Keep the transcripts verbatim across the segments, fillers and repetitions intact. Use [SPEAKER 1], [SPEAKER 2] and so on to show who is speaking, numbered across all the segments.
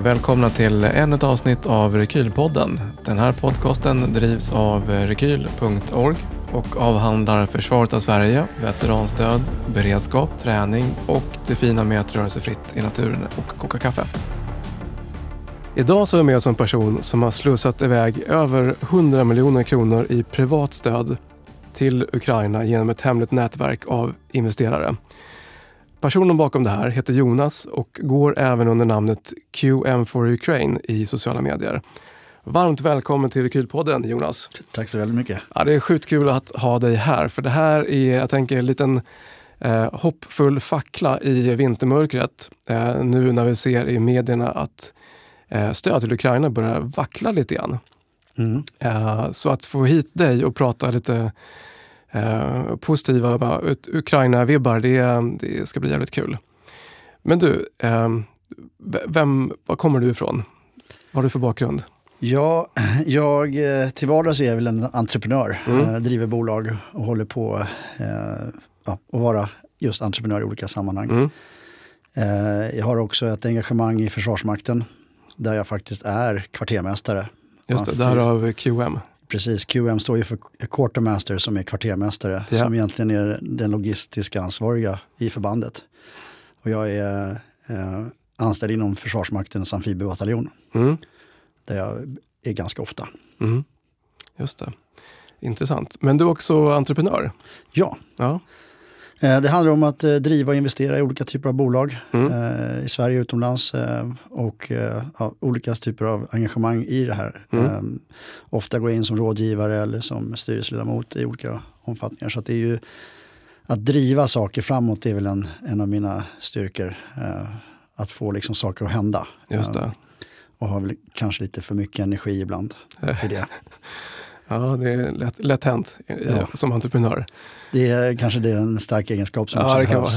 [SPEAKER 1] Välkomna till ännu ett avsnitt av Rekylpodden. Den här podcasten drivs av rekyl punkt org och avhandlar försvaret av Sverige, veteranstöd, beredskap, träning och det fina med att röra sig fritt i naturen och koka kaffe. Idag så är jag med som en person som har slussat iväg över hundra miljoner kronor i privat stöd till Ukraina genom ett hemligt nätverk av investerare. Personen bakom det här heter Jonas och går även under namnet Q M for Ukraine i sociala medier. Varmt välkommen till Rekylpodden, Jonas.
[SPEAKER 2] Tack så väldigt mycket.
[SPEAKER 1] Ja, det är sjukt kul att ha dig här, för det här är, jag tänker, en liten eh, hoppfull fackla i vintermörkret. Eh, nu när vi ser i medierna att eh, stöd till Ukraina börjar vackla lite grann.
[SPEAKER 2] Mm.
[SPEAKER 1] Eh, så att få hit dig och prata lite Uh, positiva bara, Ukraina-vibbar, det, det ska bli jävligt kul. Men du, uh, vem, var kommer du ifrån? Vad har du för bakgrund?
[SPEAKER 2] Ja, jag till vardags är jag väl en entreprenör, mm. uh, driver bolag och håller på uh, ja, att vara just entreprenör i olika sammanhang. Mm. Uh, jag har också ett engagemang i Försvarsmakten där jag faktiskt är kvartermästare.
[SPEAKER 1] Just det, där har vi Q M.
[SPEAKER 2] Precis, Q M står ju för Quartermaster som är kvartermästare, ja. Som egentligen är den logistiska ansvariga i förbandet. Och jag är eh, anställd inom Försvarsmaktens amfibiebataljon, mm. där jag är ganska ofta.
[SPEAKER 1] Mm. Just det, intressant. Men du är också entreprenör?
[SPEAKER 2] Ja.
[SPEAKER 1] Ja.
[SPEAKER 2] Eh, det handlar om att eh, driva och investera i olika typer av bolag mm. eh, i Sverige och utomlands eh, och eh, ja, olika typer av engagemang i det här. Mm. Eh, ofta gå in som rådgivare eller som styrelseledamot i olika omfattningar. Så att det är ju att driva saker framåt är väl en, en av mina styrkor. Eh, att få liksom saker att hända.
[SPEAKER 1] Just det.
[SPEAKER 2] Eh, och har väl kanske lite för mycket energi ibland i det.
[SPEAKER 1] Ja, det är lätt, lätt hänt ja. som entreprenör.
[SPEAKER 2] Det är kanske det är en stark egenskap som
[SPEAKER 1] ja,
[SPEAKER 2] också behövs.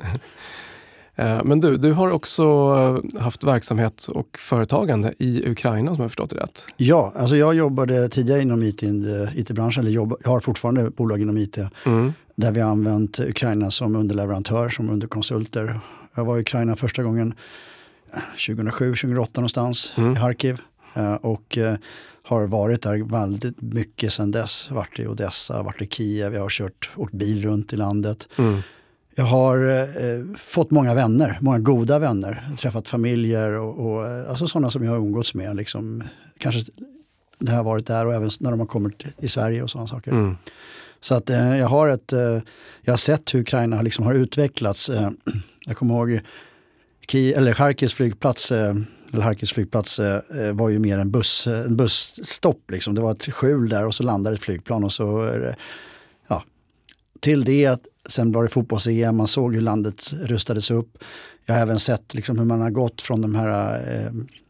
[SPEAKER 1] Men du, du har också haft verksamhet och företagande i Ukraina som jag förstått det rätt.
[SPEAKER 2] Ja, alltså jag jobbade tidigare inom I T-branschen, eller jobb, jag har fortfarande bolag inom I T, mm. där vi har använt Ukraina som underleverantör, som underkonsulter. Jag var i Ukraina första gången tjugohundrasju tjugohundraåtta någonstans mm. i Harkiv och har varit där väldigt mycket sedan dess. Varit i Odessa, varit i Kiev, jag har kört åkt bil runt i landet. Mm. Jag har eh, fått många vänner, många goda vänner. Träffat familjer och, och alltså sådana som jag har umgåtts med. Liksom, kanske när jag har varit där och även när de har kommit i Sverige och sådana saker. Mm. Så att eh, jag har ett, eh, jag har sett hur Ukraina liksom har utvecklats. Eh, jag kommer ihåg Kiev, eller Charkivs flygplats, eh, eller Harkivs flygplats eh, var ju mer en, buss, en busstopp. Liksom. Det var ett skjul där och så landade ett flygplan och så eh, ja, till det att sen var det fotbolls-E M, man såg hur landet rustades upp. Jag har även sett liksom, hur man har gått från de här eh,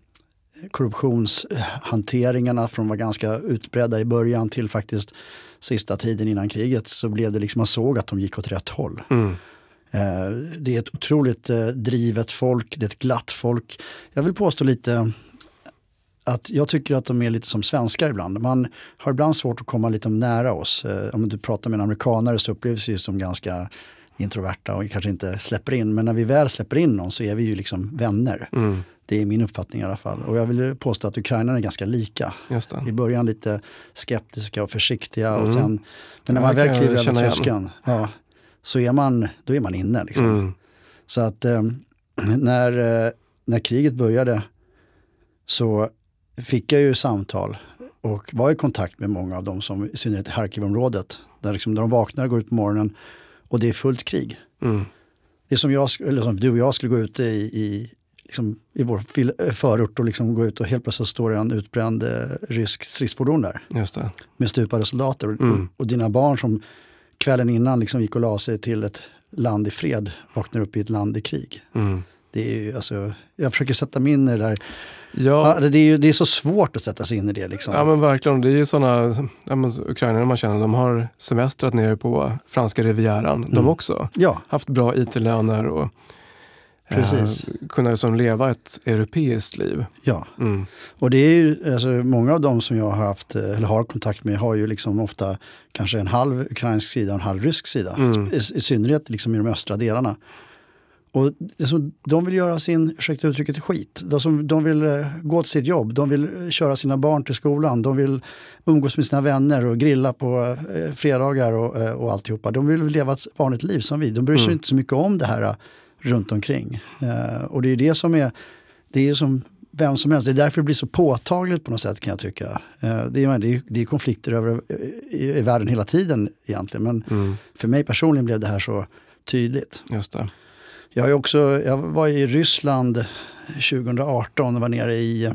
[SPEAKER 2] korruptionshanteringarna från var ganska utbredda i början till faktiskt sista tiden innan kriget så blev det liksom, man såg att de gick åt rätt håll. Mm. Det är ett otroligt drivet folk, det är ett glatt folk. Jag vill påstå lite att jag tycker att de är lite som svenskar ibland. Man har ibland svårt att komma lite nära oss. Om du pratar med en amerikanare så upplevs vi som ganska introverta och kanske inte släpper in. Men när vi väl släpper in någon så är vi ju liksom vänner. Mm. Det är min uppfattning i alla fall. Och jag vill påstå att Ukraina är ganska lika.
[SPEAKER 1] Just det.
[SPEAKER 2] I början lite skeptiska och försiktiga. Mm. Och sen, men när man väl kliver över tröskeln, ja, så är man, då är man inne. Liksom. Mm. Så att eh, när, eh, när kriget började så fick jag ju samtal och var i kontakt med många av dem som i synnerhet i Harkivområdet. Där, liksom, där de vaknar och går ut på morgonen och det är fullt krig. Mm. Det är som, jag, eller som du och jag skulle gå ut i, i, liksom, i vår förort och liksom gå ut och helt plötsligt står det en utbränd eh, rysk stridsfordon där.
[SPEAKER 1] Just det. Med
[SPEAKER 2] stupade soldater. Mm. Och, och dina barn som kvällen innan liksom gick och la sig till ett land i fred vaknar upp i ett land i krig. Mm. Det är ju, alltså, jag försöker sätta mig in i det där. Ja. Ja, det, är ju, det är så svårt att sätta sig in i det. Liksom.
[SPEAKER 1] Ja men verkligen, det är ju sådana ja, ukrainare man känner, de har semestrat nere på franska rivieran. Mm. De också
[SPEAKER 2] ja. haft
[SPEAKER 1] bra I T-löner och
[SPEAKER 2] Precis.
[SPEAKER 1] Eh, kunna liksom leva ett europeiskt liv.
[SPEAKER 2] Ja, mm. och det är ju, alltså, många av dem som jag har haft eller har kontakt med har ju liksom ofta kanske en halv ukrainsk sida och en halv rysk sida. Mm. I, I synnerhet liksom i de östra delarna. Och så, de vill göra sin, ursäkta uttrycket, skit. De, som, de vill uh, gå till sitt jobb, de vill uh, köra sina barn till skolan, de vill umgås med sina vänner och grilla på uh, fredagar och, uh, och alltihopa. De vill leva ett vanligt liv som vi. De bryr sig mm. inte så mycket om det här uh, runt omkring. Uh, och det är det som är, det är som vem som helst. Det är därför det blir så påtagligt på något sätt, kan jag tycka. Uh, det, är, det, är, det är konflikter över i, i världen hela tiden egentligen. Men mm. för mig personligen blev det här så tydligt.
[SPEAKER 1] Just det.
[SPEAKER 2] Jag, är också, jag var i Ryssland tjugo arton och var nere i,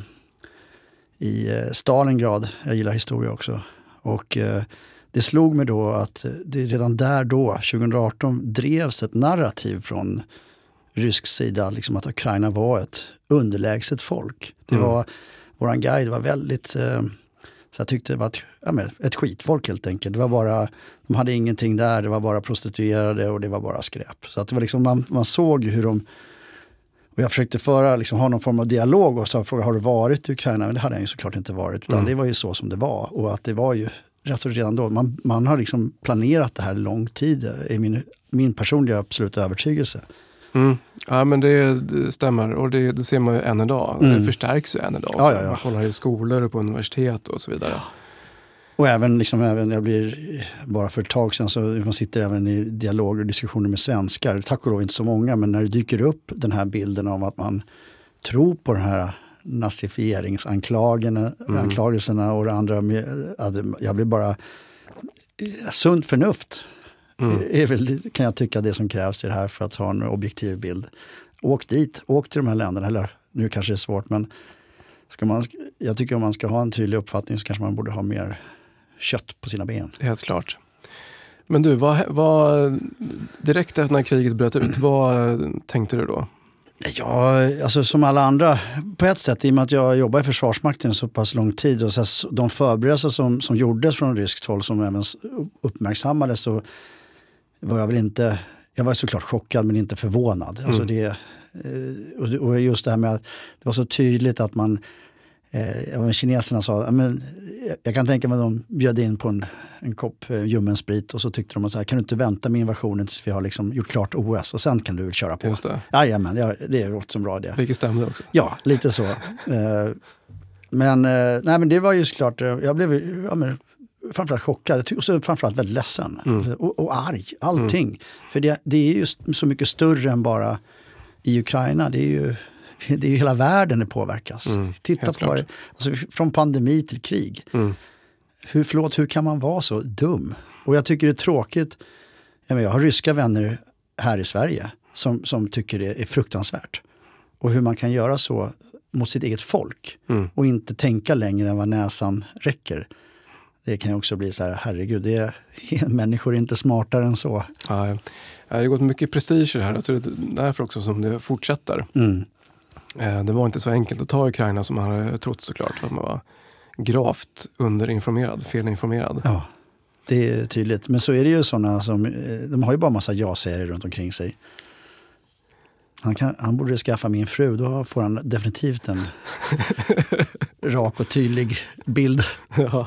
[SPEAKER 2] i Stalingrad. Jag gillar historia också. Och eh, det slog mig då att det redan där då, tjugo arton, drevs ett narrativ från rysk sida, liksom att Ukraina var ett underlägset folk. Det mm. var, våran guide var väldigt... Eh, Så jag tyckte det var ett, ja, men ett skitfolk helt enkelt. Det var bara, de hade ingenting där, det var bara prostituerade och det var bara skräp. Så att det var liksom, man, man såg hur de... Och jag försökte föra, liksom, ha någon form av dialog och så fråga, har du varit i Ukraina? Men det hade jag ju såklart inte varit. Utan mm. det var ju så som det var. Och att det var ju rätt och redan då. Man, man har liksom planerat det här lång tid. I min, min personliga absoluta övertygelse.
[SPEAKER 1] Mm. Ja, men det, det stämmer, och det, det ser man ju än idag. Mm. Det förstärks ju än idag också.
[SPEAKER 2] Ja, ja, ja.
[SPEAKER 1] Man kollar i skolor och på universitet och så vidare.
[SPEAKER 2] Och även, liksom, även jag blir, bara för ett tag sedan så man sitter även i dialoger och diskussioner med svenskar. Tack och lov inte så många, men när det dyker upp den här bilden av att man tror på den här nazifieringsanklagelserna mm. anklagelserna och det andra, med, att jag blir bara sunt förnuft. Mm. Är väl, kan jag tycka, det som krävs i det här för att ha en objektiv bild. Åk dit, åk till de här länderna. Eller, nu kanske det är svårt, men ska man, jag tycker om man ska ha en tydlig uppfattning så kanske man borde ha mer kött på sina ben.
[SPEAKER 1] Helt klart. Men du, vad, vad, direkt efter när kriget bröt ut, vad tänkte du då?
[SPEAKER 2] Ja, alltså som alla andra på ett sätt, i och med att jag jobbar i Försvarsmakten så pass lång tid och så de förberedelser som, som gjordes från ryskt håll som även uppmärksammades, så var jag väl inte, jag var såklart chockad men inte förvånad. Mm. Alltså det, och just det här med att det var så tydligt att man, eh, kineserna sa, men jag kan tänka mig att de bjöd in på en, en kopp ljummen sprit och så tyckte de att så här, kan du inte vänta med invasionen tills vi har liksom gjort klart O S och sen kan du väl köra på.
[SPEAKER 1] Just det.
[SPEAKER 2] Jajamän, ja, det är också en bra idé.
[SPEAKER 1] Vilket stämde också.
[SPEAKER 2] Ja, lite så. men, nej, men det var ju såklart, jag blev ja, men, framförallt chockad och så framförallt väldigt ledsen mm. och, och arg, allting. Mm. För det, det är ju så mycket större än bara i Ukraina. Det är ju, det är ju hela världen det påverkas. Mm. Titta på det, alltså, från pandemi till krig. Mm. Hur, förlåt, hur kan man vara så dum? Och jag tycker det är tråkigt. Jag, menar, jag har ryska vänner här i Sverige som, som tycker det är fruktansvärt. Och hur man kan göra så mot sitt eget folk mm. och inte tänka längre än vad näsan räcker. Det kan ju också bli så här, herregud, det är, människor är inte smartare än så.
[SPEAKER 1] Ja, det har gått mycket prestige här. Alltså det är därför också som det fortsätter. Mm. Det var inte så enkelt att ta Ukraina som man hade trott såklart. Att man var gravt underinformerad, felinformerad.
[SPEAKER 2] Ja, det är tydligt. Men så är det ju sådana som, de har ju bara massa ja-sägare runt omkring sig. Han, kan, han borde skaffa min fru, då får han definitivt en rak och tydlig bild.
[SPEAKER 1] Ja.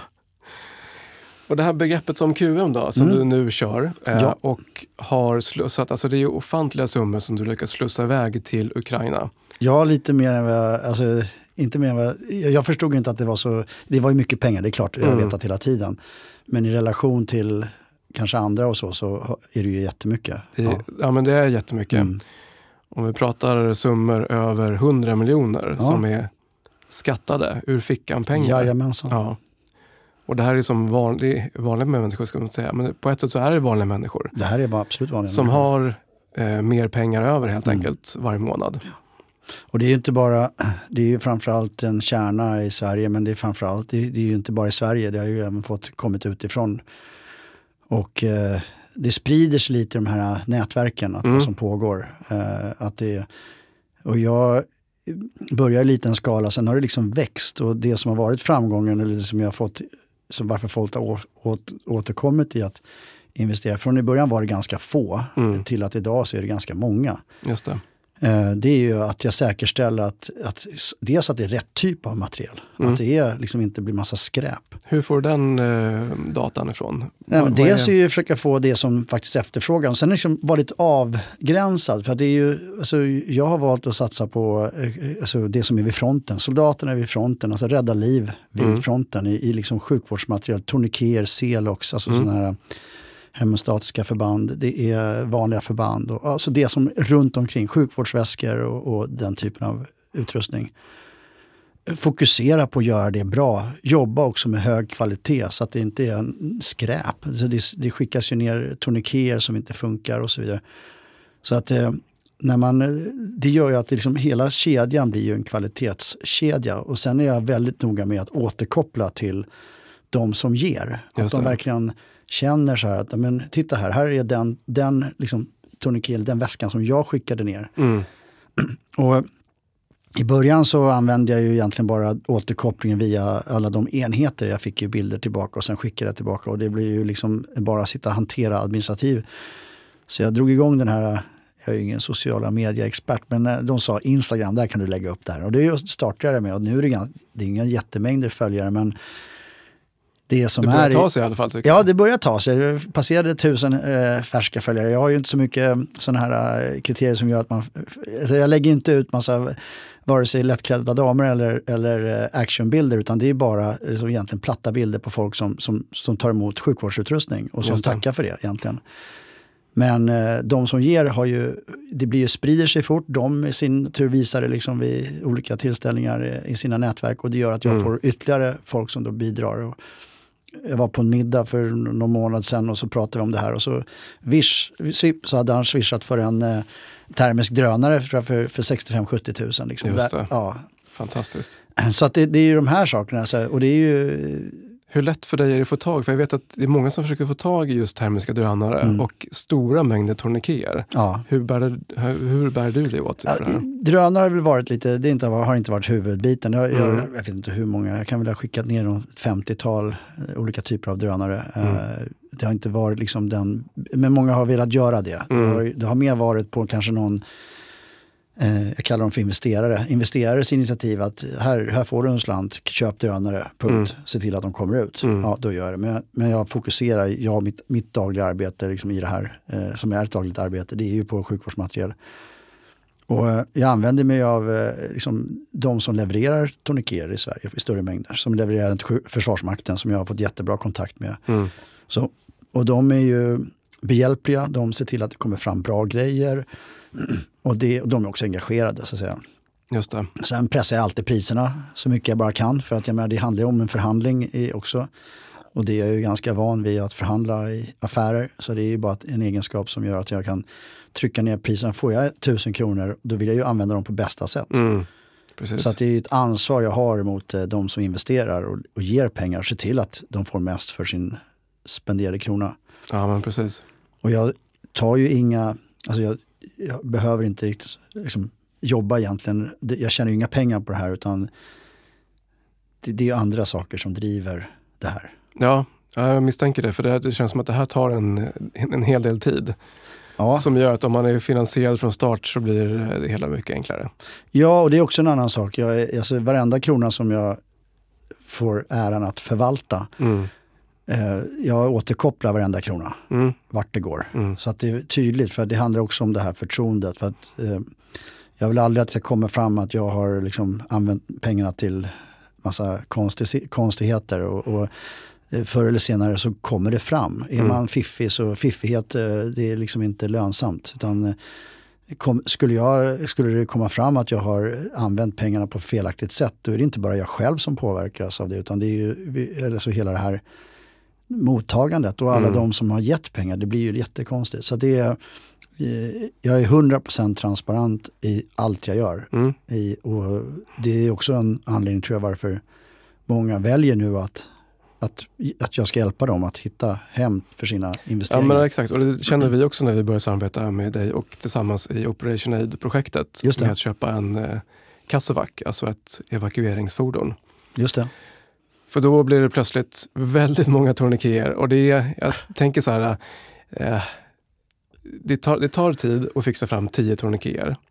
[SPEAKER 1] Och det här begreppet som Q M då, som mm. du nu kör eh, ja. och har slussat, alltså det är ju ofantliga summor som du lyckas slussa iväg till Ukraina.
[SPEAKER 2] Ja, lite mer än vad, alltså inte mer än vad, jag förstod inte att det var så, det var ju mycket pengar, det är klart, jag mm. vet att hela tiden. Men i relation till kanske andra och så, så är det ju jättemycket.
[SPEAKER 1] Det, ja. ja, men det är jättemycket. Mm. Om vi pratar summor över hundra miljoner ja. som är skattade ur fickan pengar.
[SPEAKER 2] Jajamensan.
[SPEAKER 1] Ja. Och det här är som vanlig, vanliga människor ska man säga. Men på ett sätt så är det vanliga människor.
[SPEAKER 2] Det här är bara absolut vanliga
[SPEAKER 1] som
[SPEAKER 2] människor.
[SPEAKER 1] har eh, mer pengar över helt mm. enkelt varje månad.
[SPEAKER 2] Ja. Och det är ju inte bara, det är ju framförallt en kärna i Sverige, men det är framförallt, det är, det är ju inte bara i Sverige, det har ju även fått kommit utifrån. Och eh, det sprider sig lite de här nätverken att, mm. som pågår. Eh, att det, och jag börjar i liten skala, sen har det liksom växt och det som har varit framgången eller det som jag har fått, som varför folk har åt, återkommit i att investera. Från i början var det ganska få mm. till att idag så är det ganska många.
[SPEAKER 1] Just det.
[SPEAKER 2] det är ju att jag säkerställer att, att dels att det är rätt typ av material. Mm. Att det är, liksom inte blir massa skräp.
[SPEAKER 1] Hur får du den eh, datan ifrån?
[SPEAKER 2] Ja, men dels är ju att försöka få det som faktiskt efterfrågan. Sen är det liksom vara lite avgränsad. För att det är ju, alltså, jag har valt att satsa på alltså, det som är vid fronten. Soldaterna är vid fronten, alltså rädda liv vid mm. fronten i, i liksom sjukvårdsmaterial, tourniqueter, Celox, alltså mm. sådana här hemostatiska förband, det är vanliga förband. Och, alltså det som runt omkring, sjukvårdsväskor och, och den typen av utrustning. Fokusera på att göra det bra. Jobba också med hög kvalitet så att det inte är en skräp. Så det, det skickas ju ner tourniqueter som inte funkar och så vidare. Så att eh, när man, det gör ju att det liksom, hela kedjan blir ju en kvalitetskedja. Och sen är jag väldigt noga med att återkoppla till de som ger. Att de verkligen känner så här att, men titta här, här är den, den liksom, tourniquet, den väskan som jag skickade ner. Mm. Och i början så använde jag ju egentligen bara återkopplingen via alla de enheter. Jag fick ju bilder tillbaka och sen skickade jag tillbaka. Och det blir ju liksom bara sitta och hantera administrativ. Så jag drog igång den här, jag är ju ingen sociala medieexpert, men de sa Instagram, där kan du lägga upp det här. Och det startade jag med och nu är det, det är inga jättemängder följare, men det som
[SPEAKER 1] det börjar
[SPEAKER 2] är
[SPEAKER 1] ta sig i alla fall, tycker
[SPEAKER 2] ja,
[SPEAKER 1] jag.
[SPEAKER 2] det börjar ta sig. Det passerade tusen eh, färska följare. Jag har ju inte så mycket sådana här eh, kriterier som gör att man... Alltså jag lägger inte ut massa vare sig lättklädda damer eller, eller eh, actionbilder, utan det är bara liksom, egentligen platta bilder på folk som, som, som tar emot sjukvårdsutrustning och som tackar för det egentligen. Men eh, de som ger har ju... Det blir ju, sprider sig fort. De i sin tur visar det liksom vid olika tillställningar i sina nätverk och det gör att jag mm. får ytterligare folk som då bidrar och jag var på en middag för någon månad sedan och så pratade vi om det här och så Wish, så hade han swishat för en eh, termisk drönare för, för, för sextiofem till sjuttio tusen. Liksom.
[SPEAKER 1] Just det. Där,
[SPEAKER 2] ja.
[SPEAKER 1] Fantastiskt.
[SPEAKER 2] Så att det, det är ju de här sakerna så, och det är ju...
[SPEAKER 1] Hur lätt för dig är det att få tag? För jag vet att det är många som försöker få tag i just termiska drönare mm. och stora mängder tourniqueter. Ja. Hur, bär, hur, hur bär du det åt?
[SPEAKER 2] Ja, drönare har väl varit lite, det inte, har inte varit huvudbiten. Jag, mm. jag, jag vet inte hur många, jag kan väl ha skickat ner något femtiotal olika typer av drönare. Mm. Det har inte varit liksom den, men många har velat göra det. Mm. Det, har, det har mer varit på kanske någon, eh, jag kallar dem för investerare. Investerares initiativ att här, här får du en slant, köp drönare, punkt. Mm. Se till att de kommer ut. Mm. Ja, då gör jag det. Men, men jag fokuserar, jag mitt, mitt dagliga arbete liksom i det här, eh, som är ett dagligt arbete, det är ju på sjukvårdsmaterial. Och eh, jag använder mig av eh, liksom, de som levererar tourniqueter i Sverige i större mängder. Som levererar till Försvarsmakten som jag har fått jättebra kontakt med. Mm. Så, och de är ju behjälpliga, de ser till att det kommer fram bra grejer. Och, det, och de är också engagerade så att säga.
[SPEAKER 1] Just det.
[SPEAKER 2] Sen pressar jag alltid priserna så mycket jag bara kan. För att jag menar, det handlar om en förhandling i också. Och det är jag ju ganska van vid att förhandla i affärer. Så det är ju bara en egenskap som gör att jag kan trycka ner priserna. Får jag tusen kronor, då vill jag ju använda dem på bästa sätt. Mm, precis. Så att det är ett ansvar jag har mot de som investerar och, och ger pengar. Och se till att de får mest för sin spenderade krona.
[SPEAKER 1] Ja, men precis.
[SPEAKER 2] Och jag tar ju inga... Alltså jag, jag behöver inte riktigt liksom, jobba egentligen. Jag tjänar ju inga pengar på det här utan det, det är andra saker som driver det här.
[SPEAKER 1] Ja, jag misstänker det. För det, det känns som att det här tar en, en hel del tid. Ja. Som gör att om man är finansierad från start så blir det hela mycket enklare. Ja,
[SPEAKER 2] och det är också en annan sak. Jag är, alltså, varenda krona som jag får äran att förvalta mm. jag återkopplar varenda krona mm. vart det går. Mm. Så att det är tydligt, för det handlar också om det här förtroendet. För att, eh, jag vill aldrig att det kommer fram att jag har liksom använt pengarna till massa konstig, konstigheter. Och, och förr eller senare så kommer det fram. Mm. Är man fiffig så fiffighet, det är liksom inte lönsamt. Utan kom, skulle, jag, skulle det komma fram att jag har använt pengarna på felaktigt sätt, då är det inte bara jag själv som påverkas av det. Utan det är ju eller så hela det här mottagandet och alla mm. de som har gett pengar, det blir ju jättekonstigt. Så det är, jag är hundra procent transparent i allt jag gör. Mm. I, och det är också en anledning tror jag varför många väljer nu att, att, att jag ska hjälpa dem att hitta hem för sina investeringar.
[SPEAKER 1] Ja, men exakt. Och det kände vi också när vi började samarbeta med dig och tillsammans i Operation Aid-projektet.
[SPEAKER 2] Just det.
[SPEAKER 1] Med att köpa en eh, Kassevac, alltså ett evakueringsfordon.
[SPEAKER 2] Just det.
[SPEAKER 1] För då blir det plötsligt väldigt många tourniqueter. Och det är, jag tänker så här, eh, det, tar, det tar tid att fixa fram tio tourniqueter.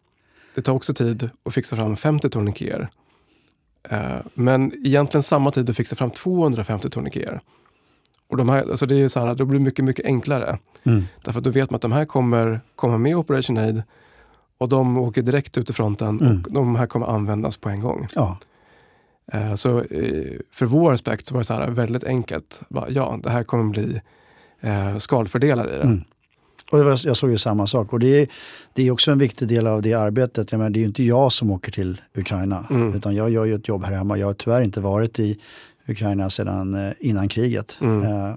[SPEAKER 1] det tar också tid att fixa fram femtio tourniqueter. Eh, men egentligen samma tid att fixa fram tvåhundrafemtio tourniqueter. Och de här, alltså det är ju så här, då blir det mycket, mycket enklare. Mm. Därför att då vet man att de här kommer komma med Operation Aid och de åker direkt ut i fronten mm. och de här kommer användas på en gång. Ja. Eh, så eh, för vår aspekt så var det så här väldigt enkelt. Bara, ja, det här kommer bli eh, skalfördelar i det. Mm.
[SPEAKER 2] Och det var, jag såg ju samma sak. Och det är, det är också en viktig del av det arbetet. Jag menar, det är ju inte jag som åker till Ukraina. Mm. Utan jag gör ju ett jobb här hemma. Jag har tyvärr inte varit i Ukraina sedan innan kriget. Mm. Eh,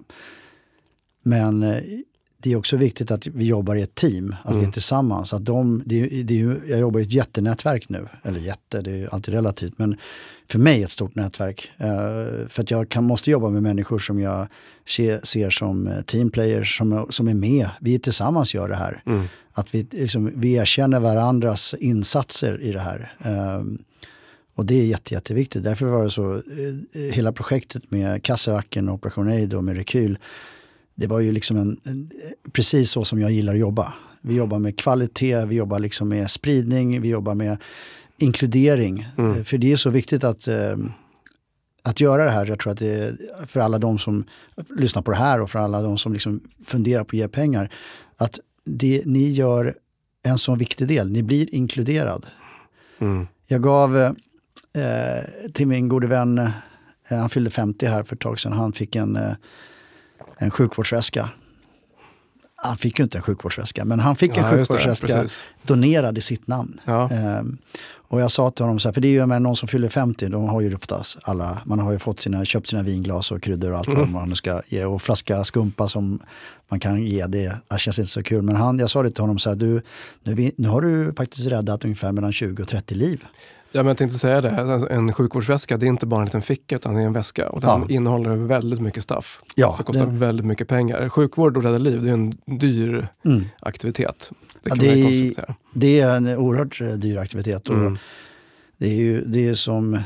[SPEAKER 2] men eh, det är också viktigt att vi jobbar i ett team. Att mm. vi är tillsammans. Att de, det, det är ju, jag jobbar i ett jättenätverk nu. Eller jätte, det är ju alltid relativt. Men för mig ett stort nätverk. Eh, för att jag kan, måste jobba med människor som jag ser, ser som teamplayers. Som, som är med. Vi tillsammans gör det här. Mm. Att vi, liksom, vi erkänner varandras insatser i det här. Eh, Och det är jätte, jätteviktigt. Därför var det så, hela projektet med Kassevacken, Operation Aid och med Rekyl, det var ju liksom en, en, precis så som jag gillar att jobba. Vi jobbar med kvalitet, vi jobbar liksom med spridning, vi jobbar med inkludering. Mm. För det är så viktigt att, att göra det här. Jag tror att det är för alla de som lyssnar på det här och för alla de som liksom funderar på att ge pengar, att det, ni gör en sån viktig del. Ni blir inkluderad. Mm. Jag gav... Eh, till min gode vän, eh, han fyllde femtio här för ett tag sedan, han fick en, eh, en sjukvårdsväska. Han fick ju inte en sjukvårdsväska, men han fick ja, en sjukvårdsväska det, donerad i sitt namn. Ja. Eh, och jag sa till honom så här, för det är ju med någon som fyller femtio, de har ju oftast alla, man har ju fått sina, köpt sina vinglas och kryddor och allt mm. vad man ska ge, och flaska skumpa som man kan ge, det, det känns inte så kul. Men han, jag sa det till honom så här, du, nu, nu har du faktiskt räddat ungefär mellan tjugo och trettio liv.
[SPEAKER 1] Ja, men jag tänkte säga det. En sjukvårdsväska, det är inte bara en liten ficka utan det är en väska. Och den ja. innehåller väldigt mycket staff. Ja, så det kostar det... väldigt mycket pengar. Sjukvård och rädda liv, det är en dyr mm. aktivitet. Det, kan
[SPEAKER 2] ja, det, är, det är en oerhört dyr aktivitet. Och mm. det är ju det är som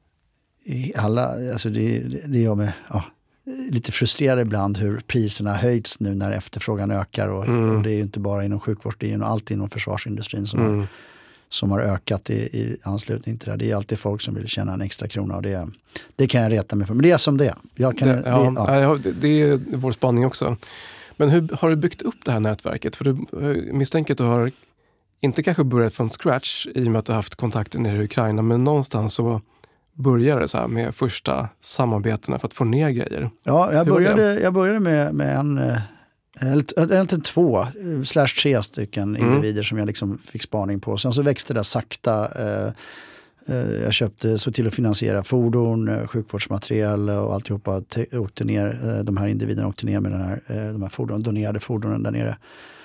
[SPEAKER 2] alla, alltså det, det gör mig ja, lite frustrerad ibland hur priserna höjts nu när efterfrågan ökar. Och, mm. och det är ju inte bara inom sjukvård, det är ju allt inom försvarsindustrin som mm. har som har ökat i, i anslutning till det. Det är alltid folk som vill tjäna en extra krona och det, det kan jag reta mig för. Men det är som det. Jag kan,
[SPEAKER 1] det, ja, det, ja. det, det är vår spaning också. Men hur har du byggt upp det här nätverket? För du misstänker att du har inte kanske börjat från scratch i och med att du har haft kontakter nere i Ukraina, men någonstans så började det så här med första samarbetena för att få ner grejer.
[SPEAKER 2] Ja, jag började, jag började med, med en... Egentligen två, slash tre stycken mm. individer som jag liksom fick spaning på. Sen så växte det sakta. Eh, eh, jag köpte, så till att finansiera fordon, eh, sjukvårdsmaterial och alltihopa. Te, åkte ner, eh, de här individerna åkte ner med den här, eh, de här fordonen, donerade fordonen där nere.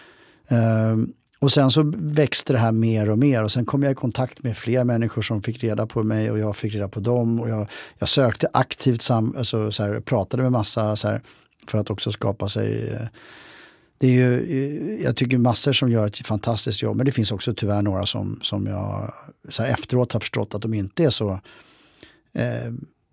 [SPEAKER 2] Eh, och sen så växte det här mer och mer. Och sen kom jag i kontakt med fler människor som fick reda på mig och jag fick reda på dem. Och jag, jag sökte aktivt, sam, alltså, så här, pratade med massa så här, för att också skapa sig. Det är ju, jag tycker massor som gör ett fantastiskt jobb, men det finns också tyvärr några som, som jag så här efteråt har förstått att de inte är så eh,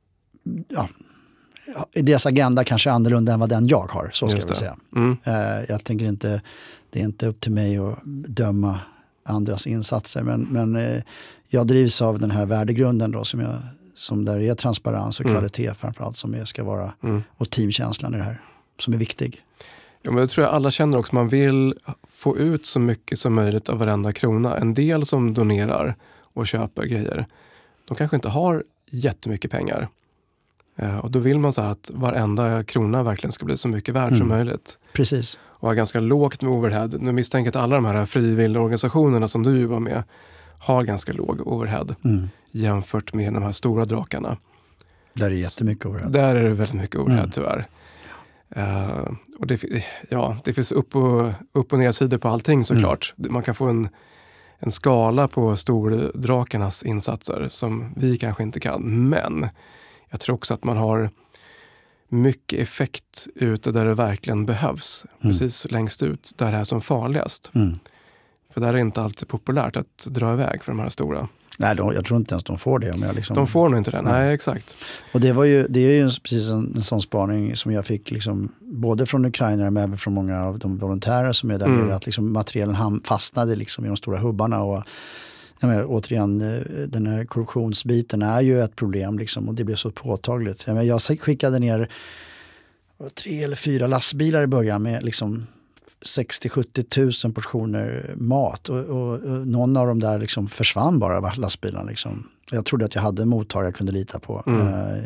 [SPEAKER 2] ja, deras agenda kanske är annorlunda än vad den jag har, så ska jag säga. Mm. Eh, jag tänker inte, det är inte upp till mig att döma andras insatser, men, men eh, jag drivs av den här värdegrunden då som jag som där är transparens och kvalitet mm. framförallt som är, ska vara mm. och teamkänslan i det här som är viktig.
[SPEAKER 1] Ja, men jag tror att alla känner också, man vill få ut så mycket som möjligt av varenda krona. En del som donerar och köper grejer, de kanske inte har jättemycket pengar. Eh, och då vill man så här att varenda krona verkligen ska bli så mycket värd mm. som möjligt.
[SPEAKER 2] Precis.
[SPEAKER 1] Och ha ganska lågt med overhead. Nu misstänker att alla de här frivilliga organisationerna som du var med har ganska låg overhead mm. jämfört med de här stora drakarna.
[SPEAKER 2] Där är det jättemycket overhead.
[SPEAKER 1] Där är det väldigt mycket overhead mm. tyvärr. Uh, och det, ja, det finns upp och, upp och nedsidor på allting såklart. Mm. Man kan få en, en skala på stordrakarnas insatser som vi kanske inte kan. Men jag tror också att man har mycket effekt ute där det verkligen behövs. Mm. Precis längst ut där det är som farligast. Mm. För där är det inte alltid populärt att dra iväg för de här stora.
[SPEAKER 2] Nej, då, jag tror inte ens de får det. Om jag liksom...
[SPEAKER 1] De får nog inte det, nej, nej exakt.
[SPEAKER 2] Och det, var ju, det är ju precis en, en sån spaning som jag fick liksom, både från Ukraina men även från många av de volontärer som är där mm. nere. Att liksom materialen ham- fastnade liksom i de stora hubbarna och jag menar, återigen, den här korruptionsbiten är ju ett problem liksom, och det blir så påtagligt. Jag, menar, jag skickade ner tre eller fyra lastbilar i början med liksom sextio till sjuttio tusen portioner mat och, och, och någon av dem där liksom försvann bara, lastbilarna. Liksom. Jag trodde att jag hade en mottagare jag kunde lita på. Mm. Uh,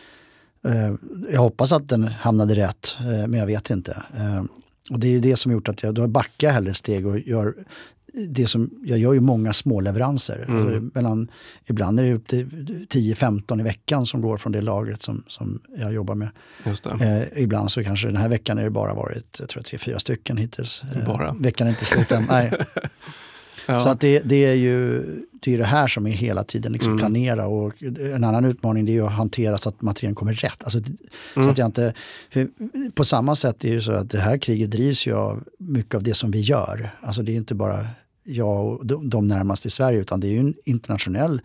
[SPEAKER 2] uh, jag hoppas att den hamnade rätt, uh, men jag vet inte. Uh, och det är det som gjort att jag då backar hellre steg och gör det som, jag gör ju många små leveranser. Mm. Alltså, mellan, ibland är det upp till tio femton i veckan som går från det lagret som, som jag jobbar med.
[SPEAKER 1] Just det.
[SPEAKER 2] Eh, ibland så kanske den här veckan är det bara varit, jag tror tre, fyra stycken hittills. Eh,
[SPEAKER 1] bara.
[SPEAKER 2] Veckan är inte slut än. Nej. Ja. Så att det, det är ju det, är det här som är hela tiden liksom mm. planera, och en annan utmaning det är ju att hantera så att materialen kommer rätt. Alltså, mm. så att jag inte, på samma sätt är det ju så att det här kriget drivs ju av mycket av det som vi gör. Alltså det är inte bara jag och de, de närmast i Sverige, utan det är ju en internationell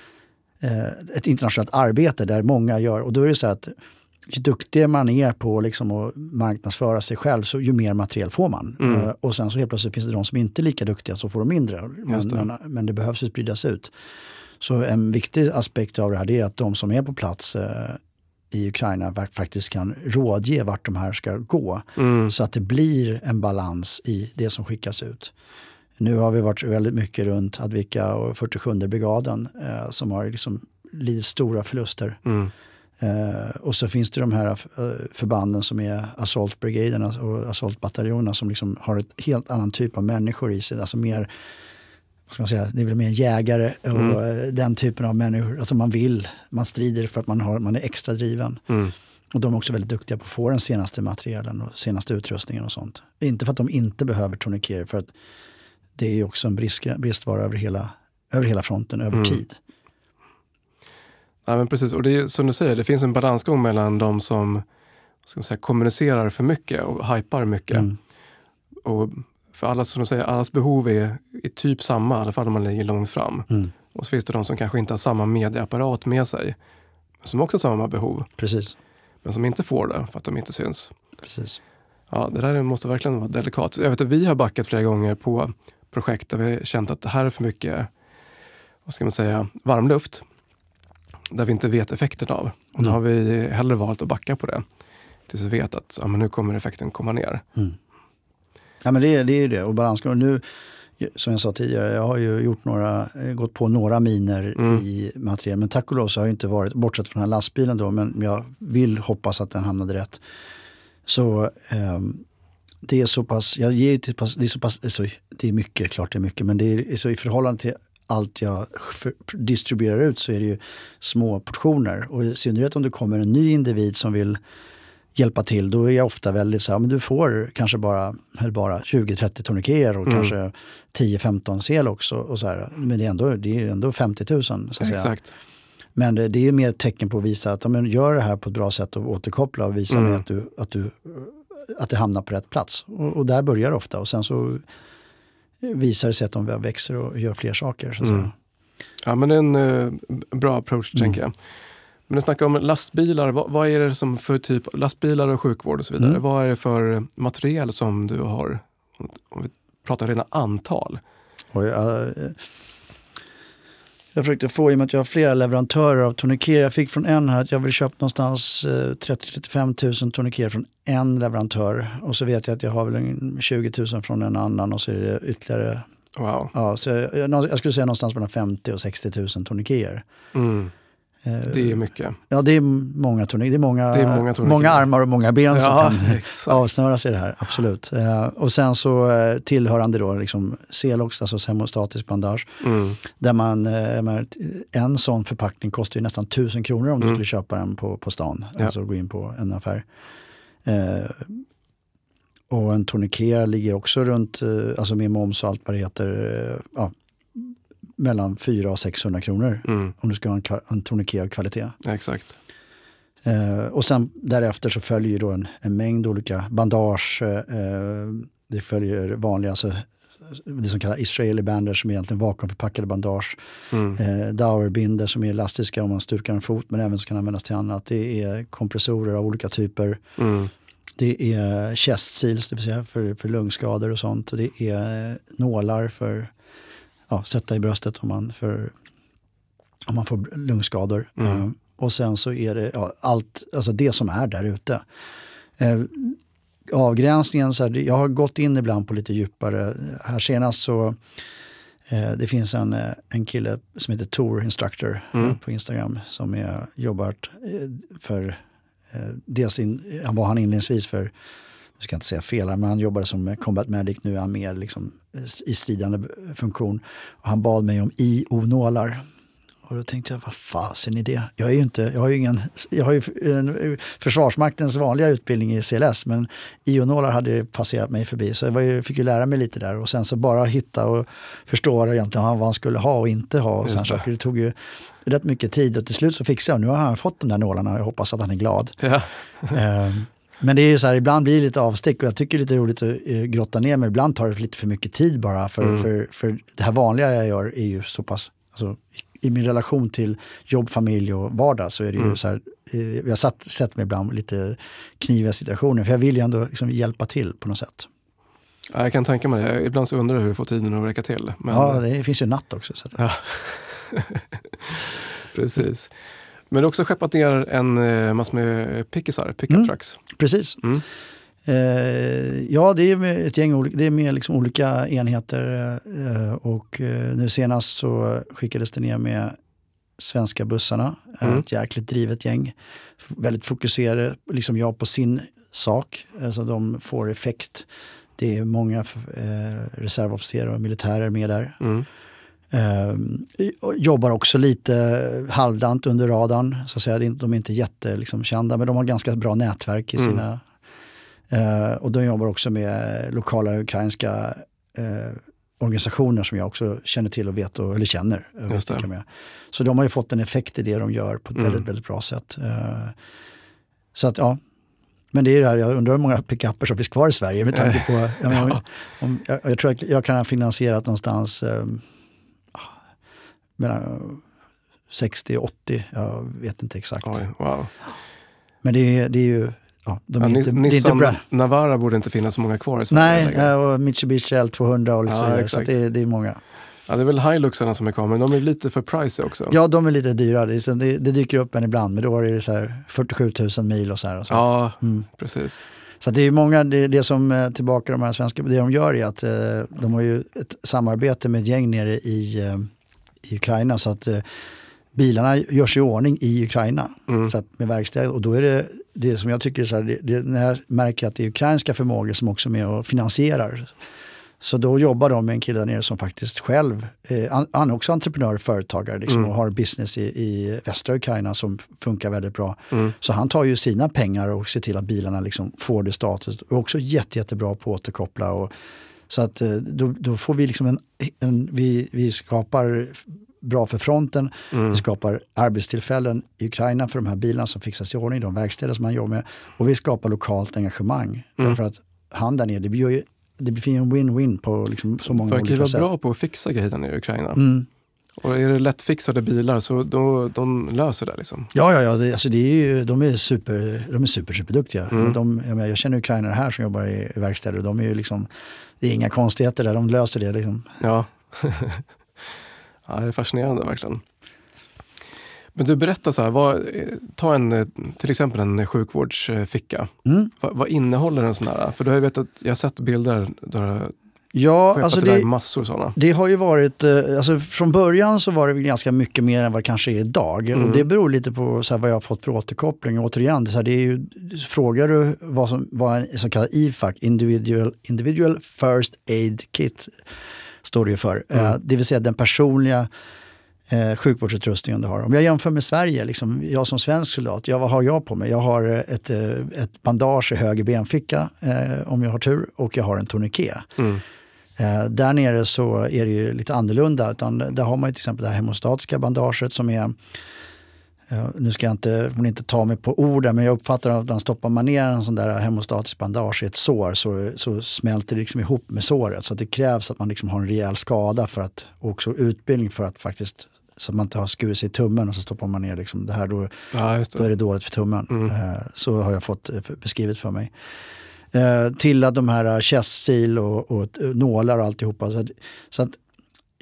[SPEAKER 2] eh, ett internationellt arbete där många gör, och då är det så att ju duktigare man är på liksom att marknadsföra sig själv, så ju mer material får man. Mm. Uh, och sen så helt plötsligt finns det de som inte är lika duktiga, så får de mindre. Men det. Men, men det behövs ju spridas ut. Så en viktig aspekt av det här är att de som är på plats uh, i Ukraina faktiskt kan rådge vart de här ska gå. Mm. Så att det blir en balans i det som skickas ut. Nu har vi varit väldigt mycket runt Advika och fyrtiosjunde brigaden uh, som har liksom lidit stora förluster. Mm. Uh, och så finns det de här uh, förbanden som är assaultbrigaderna och assaultbataljonerna som liksom har ett helt annan typ av människor i sig. Alltså mer, vad ska man säga, det är väl mer jägare och mm. uh, den typen av människor. Alltså man vill, man strider för att man, har, man är extra driven. Mm. Och de är också väldigt duktiga på att få den senaste materialen och senaste utrustningen och sånt. Inte för att de inte behöver tourniqueter, för att det är ju också en brist, bristvara över hela, över hela fronten, över mm. tid.
[SPEAKER 1] Ja, men precis. Och det är som du säger, det finns en balansgång mellan de som, ska man säga, kommunicerar för mycket och hypar mycket. Mm. Och för alla, som du säger, allas behov är, är typ samma, i alla fall om man ligger långt fram. Mm. Och så finns det de som kanske inte har samma medieapparat med sig, men som också har samma behov.
[SPEAKER 2] Precis.
[SPEAKER 1] Men som inte får det för att de inte syns.
[SPEAKER 2] Precis.
[SPEAKER 1] Ja, det där måste verkligen vara delikat. Jag vet att vi har backat flera gånger på projekt där vi har känt att det här är för mycket, vad ska man säga, varmluft. Där vi inte vet effekten av. Och mm. då har vi hellre valt att backa på det. Tills vi vet att ja, men nu kommer effekten komma ner. Mm.
[SPEAKER 2] Ja, men det, det är ju det. Och balansgång. Nu, som jag sa tidigare, jag har ju gjort några, gått på några miner mm. i material. Men tack och lov så har det inte varit, bortsett från den här lastbilen då, men jag vill hoppas att den hamnade rätt. Så um, det är så pass, jag ger till pass, det är så pass, så, det är mycket, klart det är mycket, men det är så i förhållande till allt jag för, distribuerar ut så är det ju små portioner. Och i synnerhet om det kommer en ny individ som vill hjälpa till, då är jag ofta väldigt så här, men du får kanske bara, eller bara tjugo trettio tourniqueter och mm. kanske tio femton sel också. Och så här. Men det är ändå, det är ändå femtio tusen. Så att säga.
[SPEAKER 1] Exakt.
[SPEAKER 2] Men det, det är mer ett tecken på att visa att om gör det här på ett bra sätt och återkoppla och visa mm. mig att, du, att, du, att det hamnar på rätt plats. Och, och där börjar det ofta. Och sen så visar det sig att de växer och gör fler saker. Så att
[SPEAKER 1] mm.
[SPEAKER 2] säga.
[SPEAKER 1] Ja, men det är en uh, bra approach, mm. tänker jag. Men du snackar om lastbilar. Vad, vad är det som för typ lastbilar och sjukvård och så vidare? Mm. Vad är det för material som du har? Om vi pratar rena antal.
[SPEAKER 2] Oj, uh, jag försökte få, i och med att jag har flera leverantörer av tourniqueter. Jag fick från en här att jag vill köpa någonstans uh, trettio till trettiofem tusen tourniqueter från en leverantör. Och så vet jag att jag har väl tjugo tusen från en annan och så är det ytterligare.
[SPEAKER 1] Wow.
[SPEAKER 2] Ja, så jag, jag skulle säga någonstans mellan femtio och sextio tusen tourniqueter.
[SPEAKER 1] Mm. Det är mycket.
[SPEAKER 2] Ja, det är många tourniqueter. Det är många,
[SPEAKER 1] det är många,
[SPEAKER 2] många armar och många ben som
[SPEAKER 1] ja,
[SPEAKER 2] kan
[SPEAKER 1] exakt.
[SPEAKER 2] avsnöras i det här. Absolut. Och sen så tillhörande då liksom Celox, alltså hemostatisk bandage. Mm. Där man, en sån förpackning kostar ju nästan tusen kronor om du mm. skulle köpa den på, på stan. Ja. Alltså gå in på en affär. Eh, och en tourniquet ligger också runt, alltså med moms och allt vad det heter, ja, mellan fyra och sexhundra kronor mm. om du ska ha en, en tourniquet av kvalitet.
[SPEAKER 1] Ja, exakt.
[SPEAKER 2] Eh, och sen därefter så följer då en, en mängd olika bandage. Eh, det följer vanliga, alltså, det som kallas Israeli bandage som är egentligen vakuumförpackade bandage. Mm. Eh, Dauerbinder som är elastiska om man stukar en fot, men även som kan användas till annat. Det är kompressorer av olika typer. Mm. Det är chest seals, det vill säga för, för lungskador och sånt. Och det är nålar för ja, sätta i bröstet om man, för, om man får lungskador. Mm. Uh, och sen så är det ja, allt, alltså det som är där ute. Uh, avgränsningen, så här, jag har gått in ibland på lite djupare. Här senast så uh, det finns en, en kille som heter Tor Instructor mm. uh, på Instagram som är jobbat uh, för uh, dels in, han var han inledningsvis för, jag ska inte säga fel, men han jobbade som combat medic, nu är han mer liksom i stridande funktion. Och han bad mig om I O-nålar. Och då tänkte jag, vad fasen är det? Jag är ju inte, jag har ju ingen, jag har ju en, Försvarsmaktens vanliga utbildning i C L S, men I O-nålar hade ju passerat mig förbi. Så jag var ju, fick ju lära mig lite där och sen så bara hitta och förstå vad egentligen vad han skulle ha och inte ha. Och sen saker. Det tog ju rätt mycket tid och till slut så fixade jag. Nu har han fått de där nålarna och jag hoppas att han är glad. Ja. um, Men det är ju så här, ibland blir det lite avstick och jag tycker det är lite roligt att uh, grotta ner mig. Ibland tar det lite för mycket tid bara för, mm. för, för det här vanliga jag gör är ju så pass, alltså, i, i min relation till jobb, familj och vardag så är det mm. ju så här, uh, jag har satt, sett mig ibland lite kniviga situationer för jag vill ju ändå liksom hjälpa till på något sätt.
[SPEAKER 1] Ja, jag kan tänka mig det. Ibland så undrar jag hur du får tiden att räcka till. Men...
[SPEAKER 2] Ja, det finns ju natt också. Så att...
[SPEAKER 1] ja. Precis. Men du har också skeppat ner en eh, mass med pickisar, pickup mm, trucks.
[SPEAKER 2] Precis. Mm. Eh, ja, det är med ett gäng olika, det är med liksom olika enheter eh, och eh, nu senast så skickades det ner med svenska bussarna. Mm. Ett jäkligt drivet gäng. Väldigt fokuserade, liksom jag på sin sak. Alltså de får effekt. Det är många eh, reservofficerare och militärer med där. Mm. Uh, jobbar också lite halvdant under radarn så att säga. De är inte jätte liksom, kända men de har ganska bra nätverk i sina mm. uh, och de jobbar också med lokala ukrainska uh, organisationer som jag också känner till och vet och, eller känner vet med. Så de har ju fått en effekt i det de gör på ett mm. väldigt, väldigt bra sätt. Uh, så att ja, men det är det här, jag undrar hur många pickupper som finns kvar i Sverige med tanke på, jag, menar, om, om, jag, jag tror att jag kan ha finansierat någonstans um, mellan sextio åttio, jag vet inte exakt.
[SPEAKER 1] Oj, wow.
[SPEAKER 2] Men det är, det är ju ja, de är
[SPEAKER 1] ja,
[SPEAKER 2] inte,
[SPEAKER 1] Nissan
[SPEAKER 2] det är inte bra.
[SPEAKER 1] Navara borde inte finnas så många kvar i Sverige.
[SPEAKER 2] Nej, och Mitsubishi L tvåhundra och lite ja, så, så det, är, det är många.
[SPEAKER 1] Ja, det är väl Hiluxarna som är kvar, men de är lite för pricey också.
[SPEAKER 2] Ja, de är lite dyra. Det, det, det dyker upp en ibland, men då är det så här fyrtiosju tusen mil och så här. Och så
[SPEAKER 1] ja, mm. precis.
[SPEAKER 2] Så det är många, det, det som tillbaka de här svenska, det de gör är att eh, de har ju ett samarbete med ett gäng nere i, eh, i Ukraina så att eh, bilarna görs i ordning i Ukraina mm. så att med verkstäder och då är det det som jag tycker är så här, det, det, när jag märker att det är ukrainska förmågor som också är med och finansierar. Så då jobbar de med en kille där nere som faktiskt själv, eh, han är också entreprenör och företagare liksom, mm. och har business i, i västra Ukraina som funkar väldigt bra. Mm. Så han tar ju sina pengar och ser till att bilarna liksom får det status och också jätte, jättebra på att återkoppla. Och, så att eh, då, då får vi liksom en, en vi, vi skapar bra för fronten, mm. vi skapar arbetstillfällen i Ukraina för de här bilarna som fixas i ordning, de verkstäder som man jobbar med och vi skapar lokalt engagemang. Mm. Därför att han där nere, det blir ju det blir en win-win på liksom så många olika sätt. För att vara
[SPEAKER 1] bra på att fixa grejerna i Ukraina.
[SPEAKER 2] Mm.
[SPEAKER 1] Och är det lättfixade bilar så då, de löser det liksom.
[SPEAKER 2] Ja, ja, ja. Det, alltså det är ju, de är super, de är super, superduktiga.
[SPEAKER 1] Mm.
[SPEAKER 2] De, jag, menar, jag känner ukrainare här som jobbar i, i verkstäder och de är ju liksom, det är inga konstigheter där, de löser det liksom.
[SPEAKER 1] Ja. Ja, det är fascinerande verkligen. Men du berättar så här, vad, ta en, till exempel en sjukvårdsficka. Mm. Vad, vad innehåller en sån här? För du har ju vet att jag har sett bilder där
[SPEAKER 2] ja, alltså det,
[SPEAKER 1] det massor sådana.
[SPEAKER 2] Det har ju varit, alltså från början så var det ganska mycket mer än vad det kanske är idag. Mm. Och det beror lite på så här, vad jag har fått för återkoppling. Och återigen, så här, det är ju, frågar du vad som vad en så kallad I F A C, Individual, Individual First Aid Kit, står det ju för. Mm. Uh, det vill säga den personliga Eh, sjukvårdsutrustningen du har. Om jag jämför med Sverige, liksom, jag som svensk soldat, ja, vad har jag på mig? Jag har ett, ett bandage i höger benficka eh, om jag har tur och jag har en tourniquet. Mm. Eh, där nere så är det ju lite annorlunda, utan där har man ju till exempel det här hemostatiska bandaget som är eh, nu ska jag inte, man inte ta mig på orden, men jag uppfattar att när stoppar man ner en sån där hemostatisk bandage i ett sår så, så smälter det liksom ihop med såret, så att det krävs att man liksom har en rejäl skada för att, och också utbildning för att faktiskt så att man inte har skurit sig i tummen och så stoppar man ner liksom det här, då, ja, just det. Då är det dåligt för tummen. Mm. Eh, så har jag fått beskrivet för mig. Eh, till att de här chest seal och, och nålar och alltihopa. Så att, så att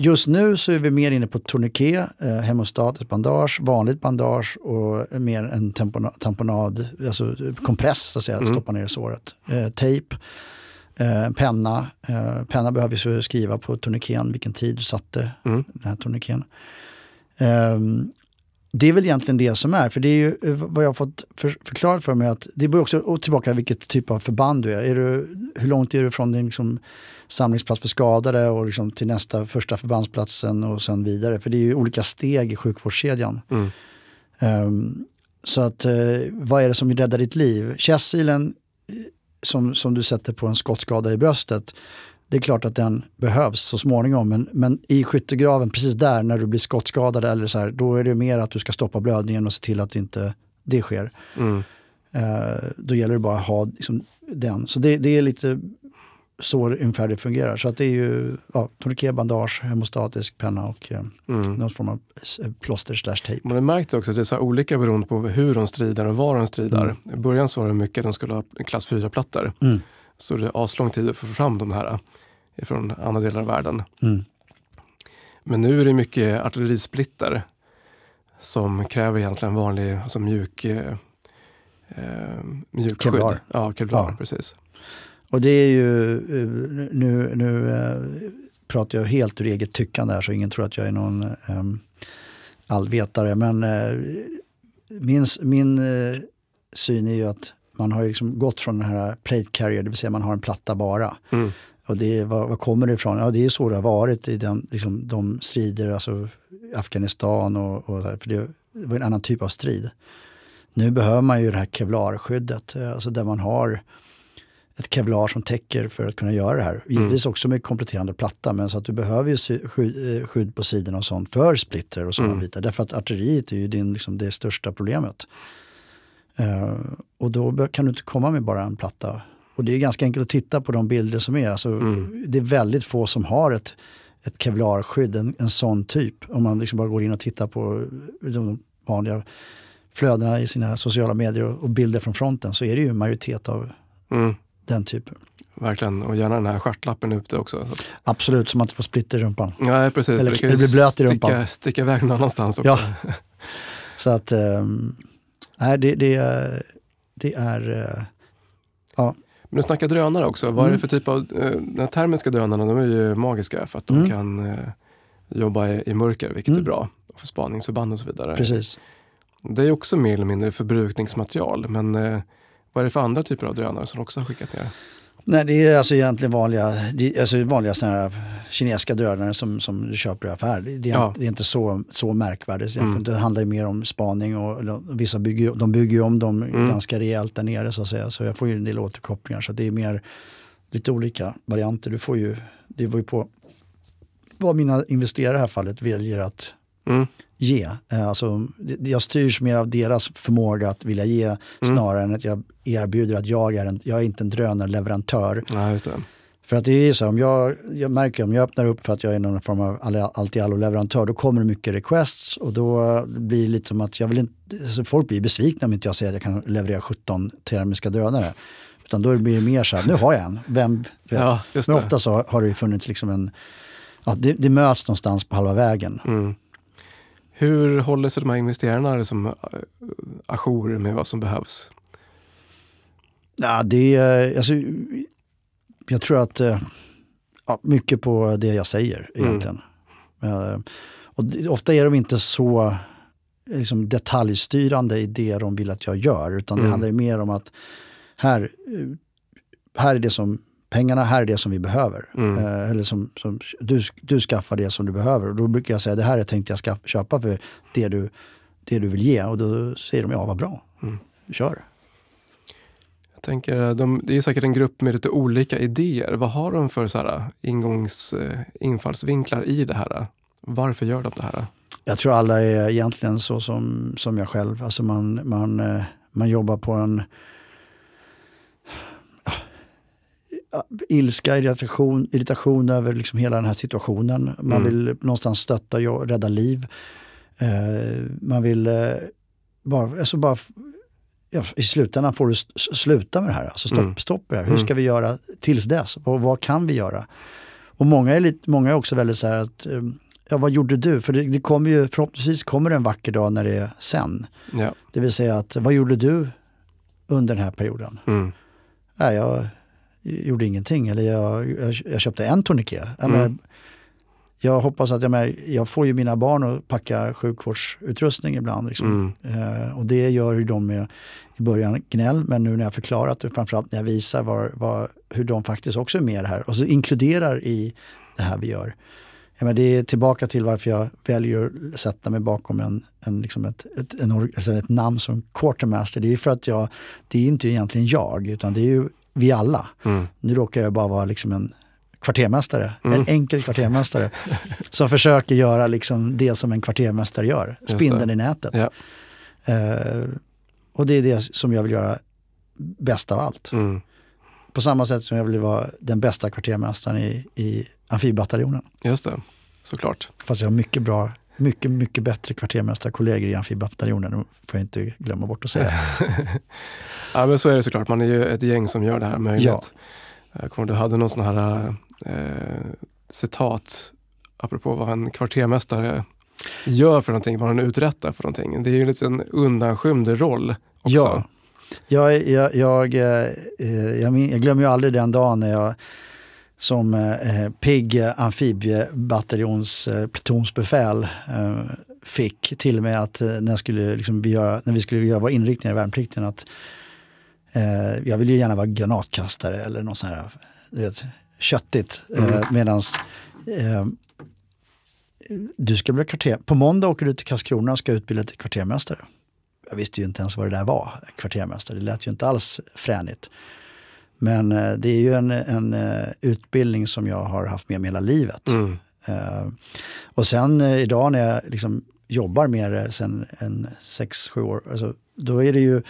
[SPEAKER 2] just nu så är vi mer inne på tourniquet, eh, hemostatiskt bandage, vanligt bandage och mer en tampona, tamponad, alltså kompress så att säga, att mm. stoppa ner i såret. Eh, tejp, eh, penna. Eh, penna behöver vi så skriva på tourniqueten vilken tid du satte mm. den här tourniqueten. Eh, det är väl egentligen det som är, för det är ju vad jag har fått för, förklarat för mig att det beror också tillbaka vilket typ av förband du är. är du, hur långt är du från din liksom, samlingsplats för skadade och liksom till nästa första förbandsplatsen och sen vidare. För det är ju olika steg i sjukvårdskedjan. Mm. Um, så att uh, vad är det som räddar ditt liv? Chestsilen som, som du sätter på en skottskada i bröstet, det är klart att den behövs så småningom. Men, men i skyttegraven, precis där när du blir skottskadad eller så här, då är det mer att du ska stoppa blödningen och se till att inte det sker. Mm. Uh, då gäller det bara att ha liksom, den. Så det, det är lite så ungefär det fungerar. Så att det är ju ja, tourniquet, bandage, hemostatisk penna och mm. någon form av plåster slash tejp.
[SPEAKER 1] Man har märkt också att det är så olika beroende på hur de strider och var de strider. Mm. I början så var det mycket de skulle ha klass fyra-plattor. Mm. Så det är aslång tid att få fram de här från andra delar av världen. Mm. Men nu är det mycket artillerisplitter som kräver egentligen vanlig alltså mjuk eh, mjukskydd.
[SPEAKER 2] Kevlar.
[SPEAKER 1] Ja, kevlar,
[SPEAKER 2] ja.
[SPEAKER 1] Precis.
[SPEAKER 2] Och det är ju, nu, nu äh, pratar jag helt ur eget tyckande här så ingen tror att jag är någon äh, allvetare. Men äh, min, min äh, syn är ju att man har liksom gått från den här plate carrier, det vill säga man har en platta bara. Mm. Och det, vad, vad kommer det ifrån? Ja, det är så det har varit i den, liksom, de strider, alltså Afghanistan och, och för det var en annan typ av strid. Nu behöver man ju det här kevlarskyddet, alltså där man har ett kevlar som täcker för att kunna göra det här. Givetvis också med kompletterande platta, men så att du behöver ju skydd, skydd på sidorna och sånt för splitter och sådana mm. bitar. Därför att artilleriet är ju din, liksom, det största problemet. Uh, och då kan du inte komma med bara en platta. Och det är ganska enkelt att titta på de bilder som är. Alltså, mm. det är väldigt få som har ett, ett kevlarskydd, en, en sån typ. Om man liksom bara går in och tittar på de vanliga flödena i sina sociala medier och, och bilder från fronten, så är det ju en majoritet av mm. den typen.
[SPEAKER 1] Verkligen, och gärna den här stjärtlappen ute också. Så att...
[SPEAKER 2] Absolut, så man inte får splitter i rumpan.
[SPEAKER 1] Nej, precis.
[SPEAKER 2] Eller, eller blir blöt i rumpan.
[SPEAKER 1] Sticka, sticka iväg någon annanstans också.
[SPEAKER 2] Ja. Så att, um, nej, det, det, det är, uh, ja.
[SPEAKER 1] Men du snackar drönare också. Vad mm. är det för typ av, uh, de termiska drönarna, de är ju magiska för att de mm. kan uh, jobba i, i mörker, vilket mm. är bra. För spaningsförband och så vidare.
[SPEAKER 2] Precis.
[SPEAKER 1] Det är också mer eller mindre förbrukningsmaterial, men uh, vad är det för andra typer av drönare som också har skickat ner?
[SPEAKER 2] Nej, det är alltså egentligen vanliga, alltså vanliga såna här kinesiska drönare som, som du köper i affär. Det är, ja. det är inte så, så märkvärdigt. Mm. Det handlar ju mer om spaning och, och vissa bygger, de bygger ju om dem mm. ganska rejält där nere så att säga. Så jag får ju en del återkopplingar, så det är mer lite olika varianter. Du får ju, det var ju på vad mina investerare i det här fallet väljer att mm. ge. Alltså, jag styrs mer av deras förmåga att vilja ge mm. snarare än att jag erbjuder att jag är, en, jag är inte en drönarleverantör.
[SPEAKER 1] Ja, just det.
[SPEAKER 2] För att det är så, om jag, jag märker om jag öppnar upp för att jag är någon form av allt-i-allo-leverantör, då kommer det mycket requests och då blir det lite som att jag vill inte, alltså folk blir besvikna om inte jag säger att jag kan leverera sjutton termiska drönare. Utan då blir det mer så här, nu har jag en. Vem?
[SPEAKER 1] Ja, just det.
[SPEAKER 2] Men ofta så har det ju funnits liksom en, ja, det, det möts någonstans på halva vägen.
[SPEAKER 1] Mm. Hur håller sig de här investerarna som ajour med vad som behövs?
[SPEAKER 2] Ja, det är, alltså, jag tror att ja, mycket på det jag säger egentligen. Mm. Och ofta är de inte så liksom, detaljstyrande i det de vill att jag gör, utan det mm. handlar ju mer om att här, här är det som pengarna, här är det som vi behöver. Mm. Eh, eller som, som du, du skaffar det som du behöver. Och då brukar jag säga, det här är tänkt jag ska köpa för det du, det du vill ge. Och då säger de, ja vad bra. Mm. Kör.
[SPEAKER 1] Jag tänker, de, det är säkert en grupp med lite olika idéer. Vad har de för så här, ingångs, infallsvinklar i det här? Varför gör de det här?
[SPEAKER 2] Jag tror alla är egentligen så som, som jag själv. Alltså man, man, man jobbar på en ilska, irritation, irritation över liksom hela den här situationen. Man mm. vill någonstans stötta och rädda liv. Eh, man vill eh, bara, alltså bara ja, i slutändan får du sluta med det här. Alltså stopp, mm. stopp det här. Hur ska vi göra tills dess? Och vad kan vi göra? Och många är, lite, många är också väldigt så här att, ja, vad gjorde du? För det, det kommer ju, förhoppningsvis kommer det en vacker dag när det är sen.
[SPEAKER 1] Ja.
[SPEAKER 2] Det vill säga att, vad gjorde du under den här perioden?
[SPEAKER 1] Mm.
[SPEAKER 2] Nej, jag gjorde ingenting. Eller jag, jag, jag köpte en tourniquet. Jag,
[SPEAKER 1] Mm.
[SPEAKER 2] menar, jag hoppas att jag, menar, jag får ju mina barn att packa sjukvårdsutrustning ibland. Liksom.
[SPEAKER 1] Mm.
[SPEAKER 2] Eh, och det gör ju de med i början gnäll. Men nu när jag förklarat och framförallt när jag visar var, var, hur de faktiskt också är med här. Och så inkluderar i det här vi gör. Ja, men det är tillbaka till varför jag väljer att sätta mig bakom en, en, liksom ett, ett, en, alltså ett namn som quartermaster. Det är för att jag, det är inte egentligen jag, utan det är ju vi alla. Mm. Nu råkar jag bara vara liksom en kvartermästare, mm. en enkel kvartermästare som försöker göra liksom det som en kvartermästare gör. Spindeln i nätet. Ja. Uh, och det är det som jag vill göra bäst av allt. Mm. På samma sätt som jag vill vara den bästa kvartermästaren i, i amfibbataljonen.
[SPEAKER 1] Just det, såklart.
[SPEAKER 2] Fast jag har mycket bra, mycket, mycket bättre kvartermästarkollegor i amfibbataljonen. Det får jag inte glömma bort att säga.
[SPEAKER 1] Ja, men så är det såklart. Man är ju ett gäng som gör det här möjligt. Ja. Jag kommer, du hade någon sån här eh, citat apropå vad en kvartermästare gör för någonting, vad han uträttar för någonting. Det är ju en liten undanskymd roll också.
[SPEAKER 2] Ja. Jag, jag, jag, jag, jag glömmer ju aldrig den dagen när jag som eh, pigg amfibiebataljons eh, plutonsbefäl eh, fick till och med att eh, när, jag skulle, liksom, göra, när vi skulle göra vår inriktning i värnplikten att eh, jag ville ju gärna vara granatkastare eller något sånt här, du vet, köttigt. Mm. Eh, medans eh, du ska bli kvarter. På måndag åker du till Karlskrona och ska utbilda till kvartermästare. Jag visste ju inte ens vad det där var, kvartermästare. Det lät ju inte alls fränigt. Men eh, det är ju en, en uh, utbildning som jag har haft med mig hela livet. Mm. Uh, och sen uh, idag när jag liksom jobbar med det sen en sex, sju år, alltså, då är det ju,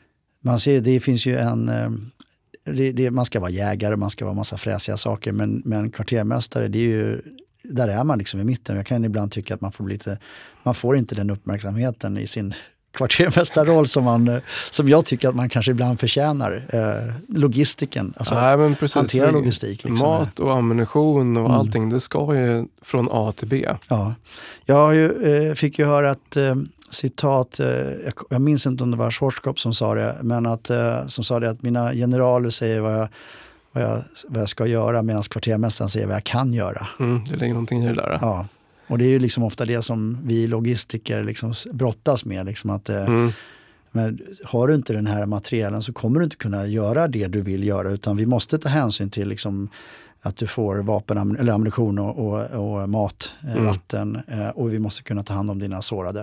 [SPEAKER 2] man ser, det finns ju en, uh, det, det, man ska vara jägare, man ska vara massa fräsiga saker, men, men kvartermästare, det är ju, där är man liksom i mitten. Jag kan ibland tycka att man får lite, man får inte den uppmärksamheten i sin kvartermästarroll som, man, som jag tycker att man kanske ibland förtjänar. Eh, logistiken, alltså
[SPEAKER 1] Nej, men precis,
[SPEAKER 2] hantera logistik. Liksom.
[SPEAKER 1] Mat och ammunition och mm. allting, det ska ju från A till B.
[SPEAKER 2] Ja, jag ju, eh, fick ju höra att eh, citat, eh, jag, jag minns inte om det var Schwarzkopf som sa det, men att, eh, som sa det att mina generaler säger vad jag, vad jag, vad jag ska göra medan kvartermästaren säger vad jag kan göra.
[SPEAKER 1] Mm, det ligger någonting i det där.
[SPEAKER 2] Ja. Och det är ju liksom ofta det som vi logistiker liksom brottas med. Liksom att, mm. men har du inte den här materialen så kommer du inte kunna göra det du vill göra. Utan vi måste ta hänsyn till liksom att du får vapen eller ammunition och, och, och mat, mm. vatten. Och vi måste kunna ta hand om dina sårade.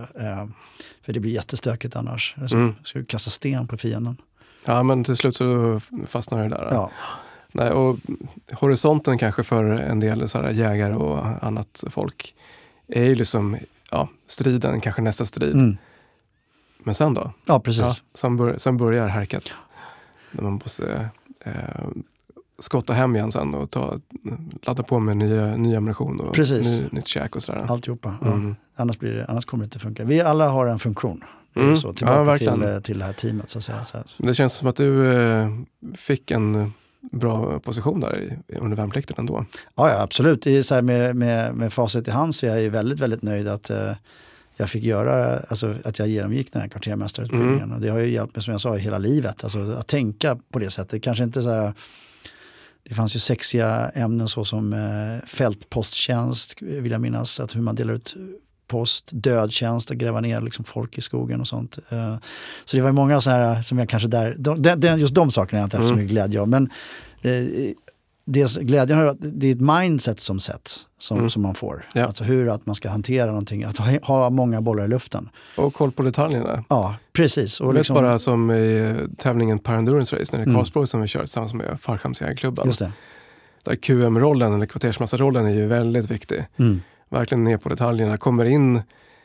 [SPEAKER 2] För det blir jättestökigt annars. Alltså, mm. ska du kasta sten på fienden.
[SPEAKER 1] Ja, men till slut så fastnar det där.
[SPEAKER 2] Ja.
[SPEAKER 1] Nej, och horisonten kanske för en del så här jägare och annat folk är ju liksom, ja, striden, kanske nästa strid. Mm. Men sen då?
[SPEAKER 2] Ja, precis. Ja,
[SPEAKER 1] sen, bör, sen börjar härkat. När man måste eh, skotta hem igen sen och ta, ladda på med nya, ny ammunition och ny, nytt käk och sådär.
[SPEAKER 2] Alltihopa. Mm. Ja. Annars, blir det, annars kommer det inte funka. Vi alla har en funktion.
[SPEAKER 1] Mm.
[SPEAKER 2] Så, tillbaka
[SPEAKER 1] ja,
[SPEAKER 2] till, till det här teamet. Så att säga. Så här.
[SPEAKER 1] Det känns som att du eh, fick en bra position där i, under värnplikten ändå.
[SPEAKER 2] Ja, ja, absolut. Det är så här med, med, med facit i hand så är jag ju väldigt, väldigt nöjd att eh, jag fick göra, alltså att jag genomgick den här kvartermästarutbildningen. Mm. Och det har ju hjälpt mig, som jag sa, i hela livet. Alltså att tänka på det sättet. Kanske inte så här, det fanns ju sexiga ämnen så som eh, fältposttjänst, vill jag minnas, att hur man delar ut post, dödtjänst och gräva ner liksom folk i skogen och sånt. Uh, så det var många så här som jag kanske där, de, de, just de sakerna jag inte haft så mycket glädje av. Men uh, det, glädjen har, det är ett mindset som sätts som, mm. som man får. Ja. Alltså hur att man ska hantera någonting, att ha, ha många bollar i luften.
[SPEAKER 1] Och koll på detaljerna.
[SPEAKER 2] Ja, precis. Och
[SPEAKER 1] det
[SPEAKER 2] liksom,
[SPEAKER 1] bara som i tävlingen Per Endurance Race, när det är Karlsborg mm. som vi kör tillsammans med Fallskärmsjägarklubben.
[SPEAKER 2] Just det.
[SPEAKER 1] Där Q M-rollen eller kvartersmassarollen är ju väldigt viktig. Mm. Verkligen ner på detaljerna. Kommer in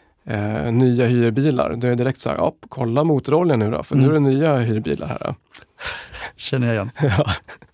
[SPEAKER 1] eh, nya hyrbilar. Då är det direkt så här, ja, kolla motoroljan nu då. För mm. nu är det nya hyrbilar här. Då.
[SPEAKER 2] Känner jag igen.
[SPEAKER 1] ja.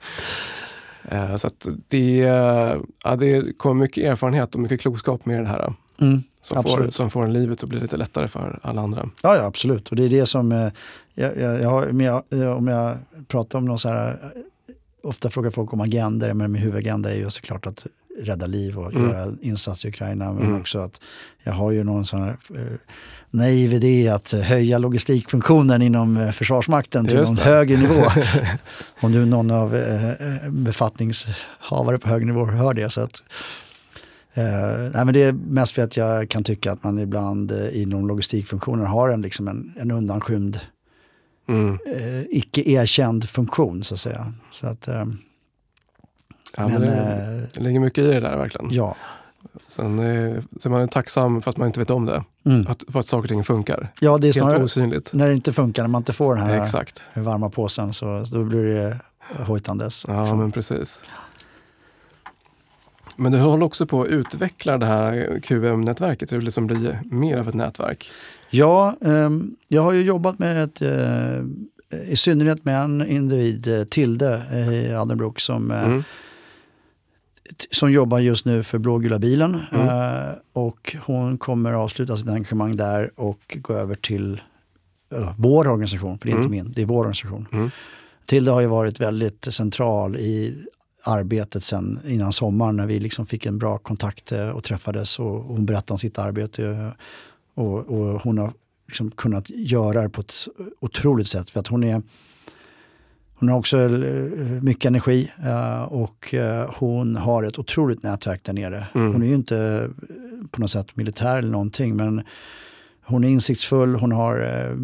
[SPEAKER 1] eh, så att det, ja, det kommer mycket erfarenhet och mycket klokskap med det här.
[SPEAKER 2] Mm,
[SPEAKER 1] som, får, som får en livet att bli lite lättare för alla andra.
[SPEAKER 2] Ja, ja absolut. Och det är det som, eh, jag, jag, jag har, jag, om jag pratar om någon så här, ofta frågar folk om agender, men min huvudagenda är ju såklart att rädda liv och
[SPEAKER 1] mm.
[SPEAKER 2] göra insatser i Ukraina. Men
[SPEAKER 1] mm.
[SPEAKER 2] också att jag har ju någon sån här eh, naiv idé att höja logistikfunktionen inom eh, Försvarsmakten till någon högre nivå. Om nu någon av eh, befattningshavare på hög nivå hör det. Så att, eh, nej, men det är mest för att jag kan tycka att man ibland eh, inom logistikfunktionen har en, liksom en, en undanskymd Mm. Eh, icke erkänd funktion så att säga. Så att, eh,
[SPEAKER 1] ja, men, men det, det ligger mycket i det där verkligen.
[SPEAKER 2] Ja.
[SPEAKER 1] Sen eh, så man är tacksam fast man inte vet om det. Mm. Att, för att saker och ting funkar.
[SPEAKER 2] Ja, det är snarare
[SPEAKER 1] helt osynligt.
[SPEAKER 2] När det inte funkar, när man inte får den här
[SPEAKER 1] Exakt.
[SPEAKER 2] varma påsen, så då blir det hojtandes.
[SPEAKER 1] Ja,
[SPEAKER 2] så.
[SPEAKER 1] Men precis. Men du håller också på att utveckla det här Q M-nätverket. Det vill liksom bli mer av ett nätverk.
[SPEAKER 2] Ja, eh, jag har ju jobbat med ett, eh, i synnerhet med en individ, eh, Tilde i Addenbrok, som, eh, mm. t- som jobbar just nu för Blågula bilen. Mm. Eh, och hon kommer avsluta sitt engagemang där och gå över till eller, vår organisation, för det är mm. inte min, det är vår organisation. Mm. Tilde har ju varit väldigt central i arbetet sen innan sommaren, när vi liksom fick en bra kontakt och träffades, och hon berättade om sitt arbete. Och, och hon har liksom kunnat göra det på ett otroligt sätt, för att hon är hon har också mycket energi och hon har ett otroligt nätverk där nere. Mm. Hon är ju inte på något sätt militär eller någonting, men hon är insiktsfull, hon har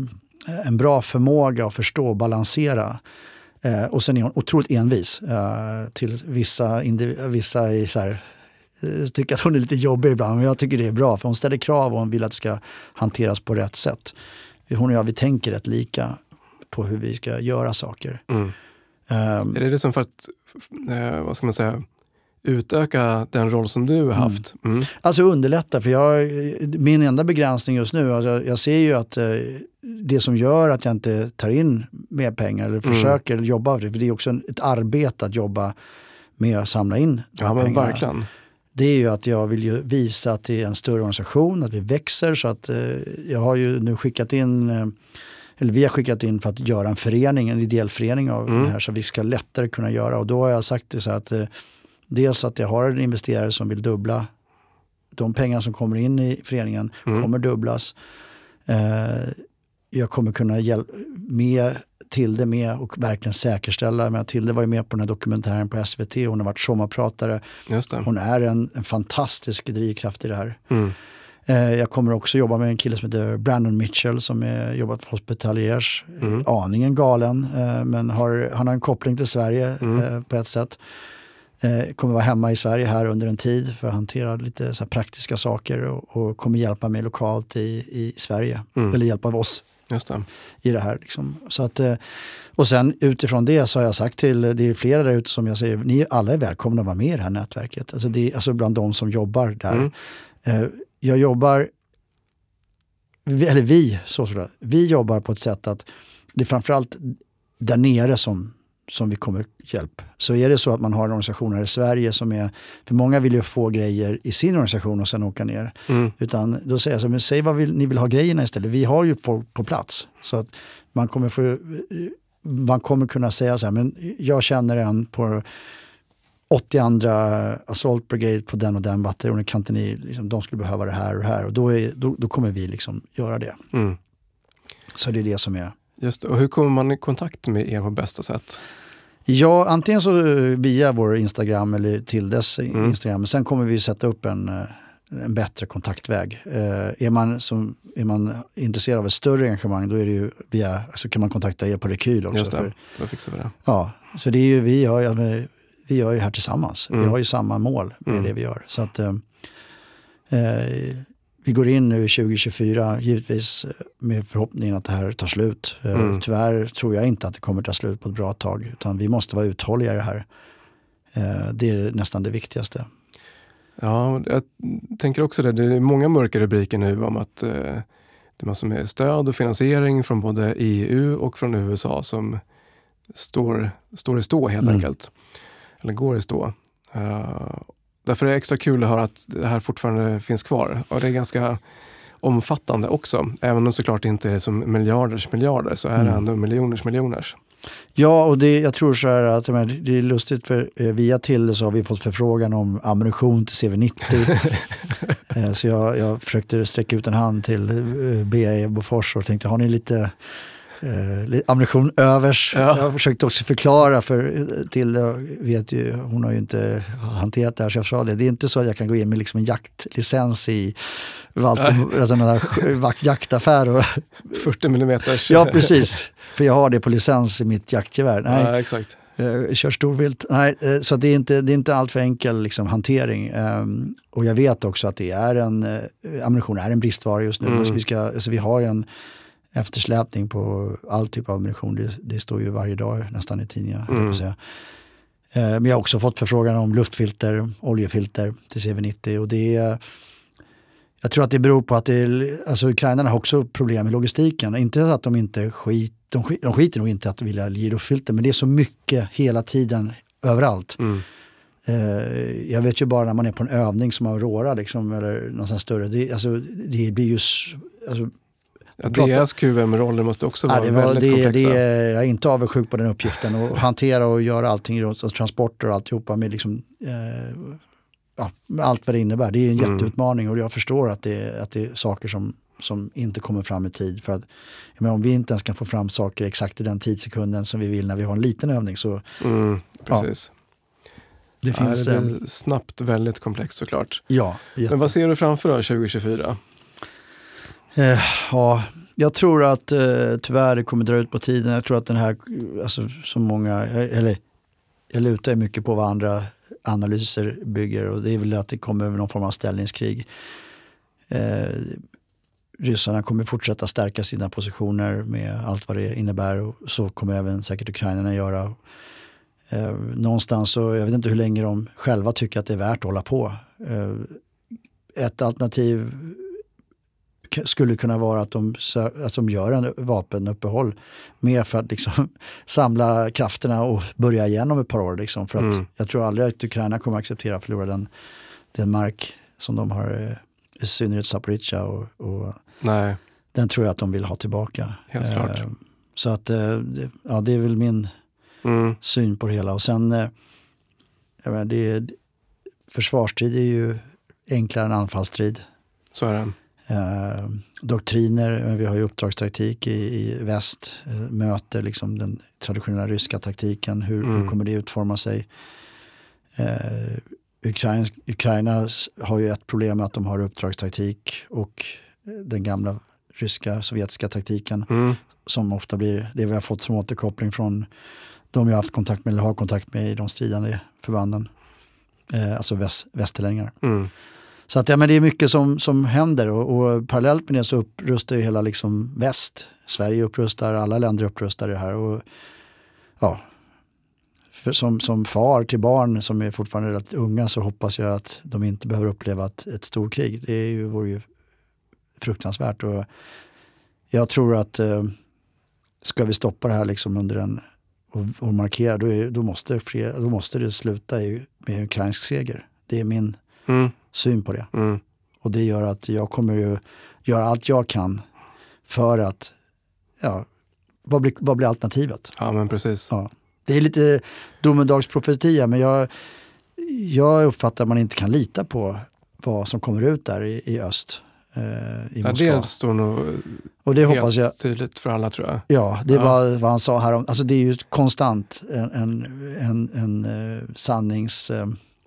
[SPEAKER 2] en bra förmåga att förstå och balansera. Och sen är hon otroligt envis till vissa, indiv- vissa i så här. Jag tycker att hon är lite jobbig ibland, men jag tycker det är bra, för hon ställer krav och hon vill att det ska hanteras på rätt sätt. Hon och jag, vi tänker rätt lika på hur vi ska göra saker. Mm. Um,
[SPEAKER 1] är det det som för att, eh, vad ska man säga, utöka den roll som du har haft? Mm. Mm.
[SPEAKER 2] Alltså underlätta, för jag, min enda begränsning just nu, alltså jag ser ju att eh, det som gör att jag inte tar in mer pengar eller försöker mm. jobba, för det är också en, ett arbete att jobba med att samla in
[SPEAKER 1] ja, men
[SPEAKER 2] pengarna.
[SPEAKER 1] Verkligen.
[SPEAKER 2] Det är ju att jag vill ju visa att det är en större organisation, att vi växer, så att eh, jag har ju nu skickat in, eh, eller vi har skickat in för att göra en förening, en ideell förening av mm. det här, så vi ska lättare kunna göra. Och då har jag sagt det så att eh, dels att jag har en investerare som vill dubbla de pengar som kommer in i föreningen, mm. kommer dubblas. Eh, jag kommer kunna hjälpa mer Tilde med och verkligen säkerställa. Men Tilde var ju med på den här dokumentären på S V T. Hon har varit sommarpratare.
[SPEAKER 1] Just det.
[SPEAKER 2] Hon är en, en fantastisk drivkraft i det här.
[SPEAKER 1] Mm.
[SPEAKER 2] Eh, jag kommer också jobba med en kille som heter Brandon Mitchell, som är jobbat för Hospitaliers. Mm. Aningen galen, eh, men har, han har en koppling till Sverige mm. eh, på ett sätt. Eh, kommer vara hemma i Sverige här under en tid för att hantera lite så här praktiska saker, och, och kommer hjälpa mig lokalt i, i Sverige. Mm. Eller hjälpa oss.
[SPEAKER 1] Just det.
[SPEAKER 2] I det här liksom. Så att, och sen utifrån det så har jag sagt till, det är flera där ute som jag säger, ni alla är välkomna att vara med i det här nätverket. Alltså, det är, alltså bland de som jobbar där. Mm. Jag jobbar, eller vi, så sådär, vi jobbar på ett sätt att det är framförallt där nere som, som vi kommer hjälp. Så är det så att man har en organisation här i Sverige som är, för många vill ju få grejer i sin organisation och sen åka ner. Mm. Utan då säger jag så, men säg vad vill, ni vill ha grejerna istället. Vi har ju folk på plats. Så att man kommer få, man kommer kunna säga så här, men jag känner en på åttio andra Assault Brigade på den och den bataljonen, kan inte ni, liksom, de skulle behöva det här och det här. Och då, är, då, då kommer vi liksom göra det. Mm. Så det är det som är.
[SPEAKER 1] Just det. Och hur kommer man i kontakt med er på bästa sätt?
[SPEAKER 2] Ja, antingen så via vår Instagram eller till dess mm. Instagram. Sen kommer vi sätta upp en, en bättre kontaktväg. Eh, är, man som, är man intresserad av ett större engagemang, då är det ju via, så kan man kontakta er på Rekyl också.
[SPEAKER 1] Just det,
[SPEAKER 2] för,
[SPEAKER 1] då fixar vi det.
[SPEAKER 2] Ja, så det är ju, vi gör, ja, vi gör ju här tillsammans. Mm. Vi har ju samma mål med mm. det vi gör. Så att eh, vi går in nu i tjugo tjugofyra givetvis med förhoppningen att det här tar slut. Mm. Tyvärr tror jag inte att det kommer ta slut på ett bra tag, utan vi måste vara uthålliga i det här. Det är nästan det viktigaste.
[SPEAKER 1] Ja, jag tänker också det. Det är många mörka rubriker nu om att det är massor med stöd och finansiering från både E U och från U S A som står, står i stå helt mm. enkelt. Eller går i stå. Därför är det extra kul att höra att det här fortfarande finns kvar. Och det är ganska omfattande också. Även om det såklart inte är som miljarders miljarder, så är det ändå miljoners miljoners.
[SPEAKER 2] Ja, och det, jag tror så här att det är lustigt för via till så har vi fått förfrågan om ammunition till C V nittio. Så jag, jag försökte sträcka ut en hand till B A E Bofors och tänkte, har ni lite eh, ammunition övers? Ja. Jag försökte också förklara för till, jag vet ju, hon har ju inte hanterat det här, så jag sa det. Det är inte så att jag kan gå in med liksom en jaktlicens i Valter, alltså en jaktaffär. Och,
[SPEAKER 1] fyrtio millimeter.
[SPEAKER 2] Ja, precis. För jag har det på licens i mitt jaktgevär. Nej,
[SPEAKER 1] ja, exakt.
[SPEAKER 2] Jag kör storvilt. Nej, så det är inte, det är inte allt för enkel liksom, hantering. Um, och jag vet också att det är en, uh, ammunition är en bristvara just nu. Mm. Så vi, ska, alltså, vi har en eftersläpning på all typ av ammunition. Det, det står ju varje dag nästan i tidningarna. Mm. Jag säga. Uh, men jag har också fått förfrågan om luftfilter, oljefilter till C V nittio. Och det är... Jag tror att det beror på att det är, alltså ukrainarna har också problem med logistiken. Inte att de inte skit, de, skit, de skiter nog inte att vilja ge luftfilter, men det är så mycket hela tiden överallt. Mm. Eh, jag vet ju bara när man är på en övning som Aurora liksom, eller någonstans större, det, alltså, det blir ju... Alltså,
[SPEAKER 1] ja, deras Q M-roller måste också vara ja, det var, väldigt
[SPEAKER 2] det,
[SPEAKER 1] komplexa.
[SPEAKER 2] Det, jag är inte avundsjuk på den uppgiften och hantera och göra allting, alltså, transporter och alltihopa med liksom... Eh, Ja, allt vad det innebär. Det är en mm. jätteutmaning och jag förstår att det är, att det är saker som, som inte kommer fram i tid. För att, jag menar, om vi inte ens kan få fram saker exakt i den tidssekunden som vi vill när vi har en liten övning så...
[SPEAKER 1] Mm, precis.
[SPEAKER 2] Ja, det,
[SPEAKER 1] ja,
[SPEAKER 2] finns,
[SPEAKER 1] det blir snabbt väldigt komplext såklart.
[SPEAKER 2] Ja. Jätte.
[SPEAKER 1] Men vad ser du framför då tjugo tjugofyra?
[SPEAKER 2] Eh, ja, jag tror att eh, tyvärr det kommer dra ut på tiden. Jag tror att den här, alltså så många, eller jag lutar mycket på vad andra analyser bygger och det är väl att det kommer någon form av ställningskrig. Eh, ryssarna kommer fortsätta stärka sina positioner med allt vad det innebär och så kommer även säkert ukrainarna göra. Eh, någonstans så, jag vet inte hur länge de själva tycker att det är värt att hålla på. Eh, ett alternativ skulle kunna vara att de, att de gör en vapenuppehåll mer för att liksom samla krafterna och börja igen om ett par år. Liksom, för att mm. jag tror aldrig att Ukraina kommer att acceptera att förlora den, den mark som de har, i synnerhet Zaporizjzja och, och
[SPEAKER 1] Nej.
[SPEAKER 2] Den tror jag att de vill ha tillbaka.
[SPEAKER 1] Helt eh, klart.
[SPEAKER 2] Så att, eh, ja, det är väl min mm. syn på det hela. Och sen, eh, jag menar, det är, försvarstrid är ju enklare än anfallstrid.
[SPEAKER 1] Så är det.
[SPEAKER 2] Eh, doktriner, vi har ju uppdragstaktik i, i väst, eh, möter liksom den traditionella ryska taktiken, hur, mm. hur kommer det utforma sig? Eh, Ukraina, Ukraina har ju ett problem med att de har uppdragstaktik och den gamla ryska, sovjetiska taktiken mm. som ofta blir, det vi har fått som återkoppling från de jag har haft kontakt med eller har kontakt med i de stridande förbanden, eh, alltså väst, västerlänningar. Mm. Så att, ja, men det är mycket som, som händer och, och parallellt med det så upprustar ju hela liksom väst. Sverige upprustar, alla länder upprustar det här. Och, ja, för som, som far till barn som är fortfarande rätt unga så hoppas jag att de inte behöver uppleva ett, ett storkrig. Det är ju, vore ju fruktansvärt. Och jag tror att eh, ska vi stoppa det här liksom under en och, och markera, då, är, då, måste fler, då måste det sluta i, med en ukrainsk seger. Det är min... Mm. syn på det. Mm. Och det gör att jag kommer ju göra allt jag kan för att, ja, vad blir, vad blir alternativet?
[SPEAKER 1] Ja, men precis.
[SPEAKER 2] Ja. Det är lite domedagsprofetia, men jag, jag uppfattar att man inte kan lita på vad som kommer ut där i, i öst. Eh, i
[SPEAKER 1] ja,
[SPEAKER 2] Moskva.
[SPEAKER 1] Det står nog
[SPEAKER 2] och det hoppas jag,
[SPEAKER 1] tydligt för alla, tror jag.
[SPEAKER 2] Ja, det ja. var vad han sa här om, alltså det är ju konstant en, en, en, en uh, sannings... Uh,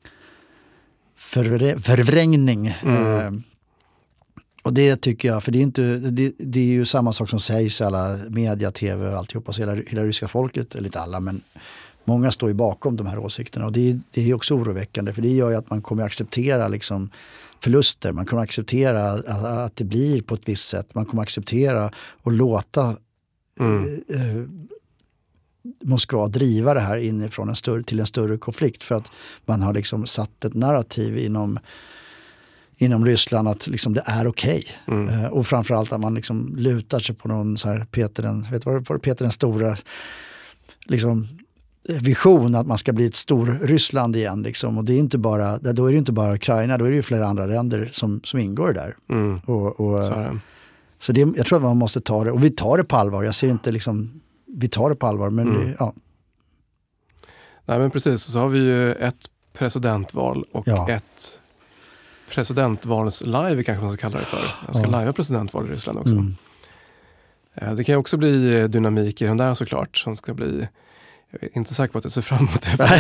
[SPEAKER 2] Förvrä- förvrängning. Mm. Eh, och det tycker jag, för det är, inte, det, det är ju samma sak som sägs i alla media, tv och alltihopa. Så hela, hela ryska folket, eller inte alla, men många står ju bakom de här åsikterna. Och det, det är också oroväckande, för det gör ju att man kommer acceptera liksom förluster. Man kommer acceptera att, att det blir på ett visst sätt. Man kommer acceptera och låta mm. eh, Moskva driva det här inifrån en större, till en större konflikt för att man har liksom satt ett narrativ inom, inom Ryssland att liksom det är okej. Okay. Mm. Uh, och framförallt att man liksom lutar sig på någon så här Peter den, vet du vad Peter den stora liksom vision att man ska bli ett stor Ryssland igen liksom. Och det är inte bara, då är det inte bara Ukraina, då är det ju flera andra länder som, som ingår där. Mm. Och, och, så, det. så det, jag tror att man måste ta det, och vi tar det på allvar. Jag ser inte liksom vi tar det på allvar. Men
[SPEAKER 1] Mm.
[SPEAKER 2] det, ja.
[SPEAKER 1] Nej, men precis. Så har vi ju ett presidentval och
[SPEAKER 2] Ja.
[SPEAKER 1] ett presidentvalslive kanske man ska kalla det för. Jag ska
[SPEAKER 2] Ja.
[SPEAKER 1] live presidentval i Ryssland också.
[SPEAKER 2] Mm.
[SPEAKER 1] Eh, Det kan ju också bli dynamik i den där såklart som ska bli, jag är inte säker på att jag ser fram emot det.
[SPEAKER 2] Nej,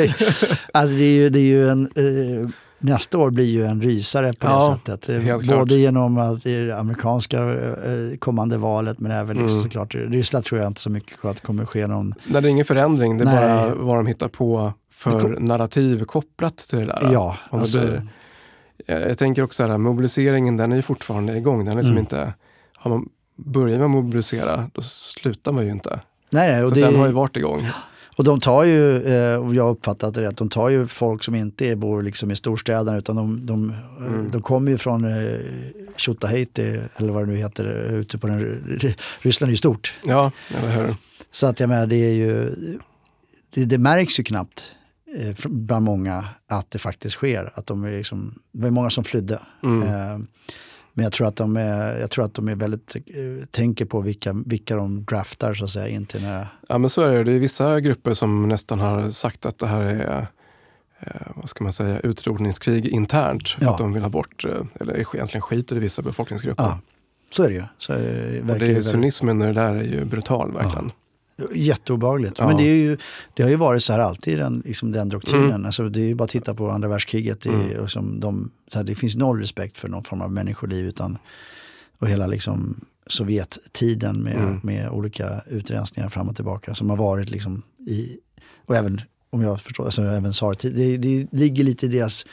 [SPEAKER 2] alltså det är ju, det är ju en, eh, nästa år blir ju en rysare på
[SPEAKER 1] Ja,
[SPEAKER 2] det sättet. Eh,
[SPEAKER 1] helt
[SPEAKER 2] Både
[SPEAKER 1] klart.
[SPEAKER 2] genom att det är det amerikanska eh, kommande valet men även liksom
[SPEAKER 1] Mm.
[SPEAKER 2] såklart, Ryssland tror jag inte så mycket att det kommer ske någon.
[SPEAKER 1] När det är ingen förändring, det är
[SPEAKER 2] Nej.
[SPEAKER 1] bara vad de hittar på för
[SPEAKER 2] Det kom-
[SPEAKER 1] narrativ kopplat till det där.
[SPEAKER 2] Ja,
[SPEAKER 1] Om det
[SPEAKER 2] alltså,
[SPEAKER 1] blir- Jag jag tänker också att mobiliseringen, den är ju fortfarande igång. Den är liksom
[SPEAKER 2] Mm.
[SPEAKER 1] inte, har man börjar man mobilisera, då slutar man ju inte.
[SPEAKER 2] nej, nej, och
[SPEAKER 1] Så
[SPEAKER 2] det,
[SPEAKER 1] den har ju varit igång.
[SPEAKER 2] och de tar ju, eh, och jag har uppfattat det rätt, de tar ju folk som inte bor liksom i storstäderna utan de, de,
[SPEAKER 1] Mm.
[SPEAKER 2] de kommer ju från eh, Tjotahejti eller vad det nu heter, ute på den, Ryssland är ju stort.
[SPEAKER 1] Ja, eller hur?
[SPEAKER 2] Så att jag menar, det är ju, det, det märks ju knappt eh, bland många att det faktiskt sker. Att de är liksom, det var många som flydde.
[SPEAKER 1] Mm.
[SPEAKER 2] Eh, men jag tror att de är, jag tror att de är väldigt, eh, tänker på vilka, vilka de draftar så att säga in till den här.
[SPEAKER 1] Ja, men så är det. Det är vissa grupper som nästan har sagt att det här är, eh, vad ska man säga, utrotningskrig internt. För
[SPEAKER 2] Ja.
[SPEAKER 1] att de vill ha bort, eh, eller egentligen skiter i vissa befolkningsgrupper.
[SPEAKER 2] Ja, så är det ju. Så är det,
[SPEAKER 1] Och
[SPEAKER 2] verkar
[SPEAKER 1] det
[SPEAKER 2] ju
[SPEAKER 1] är,
[SPEAKER 2] väldigt-
[SPEAKER 1] cynismen i det där är ju brutal verkligen.
[SPEAKER 2] Jätteobehagligt.
[SPEAKER 1] Ja.
[SPEAKER 2] Men det, är ju, det har ju varit så här alltid, den, liksom den doktrinen.
[SPEAKER 1] Mm.
[SPEAKER 2] Alltså, det är ju bara att titta på andra världskriget.
[SPEAKER 1] Mm.
[SPEAKER 2] I, och som de, så här, det finns noll respekt för någon form av människoliv. Utan, och hela liksom, Sovjettiden med,
[SPEAKER 1] Mm.
[SPEAKER 2] med olika utrensningar fram och tillbaka. Som har varit liksom i, och även, om jag förstår, alltså, även tsartid. Det, det ligger lite i deras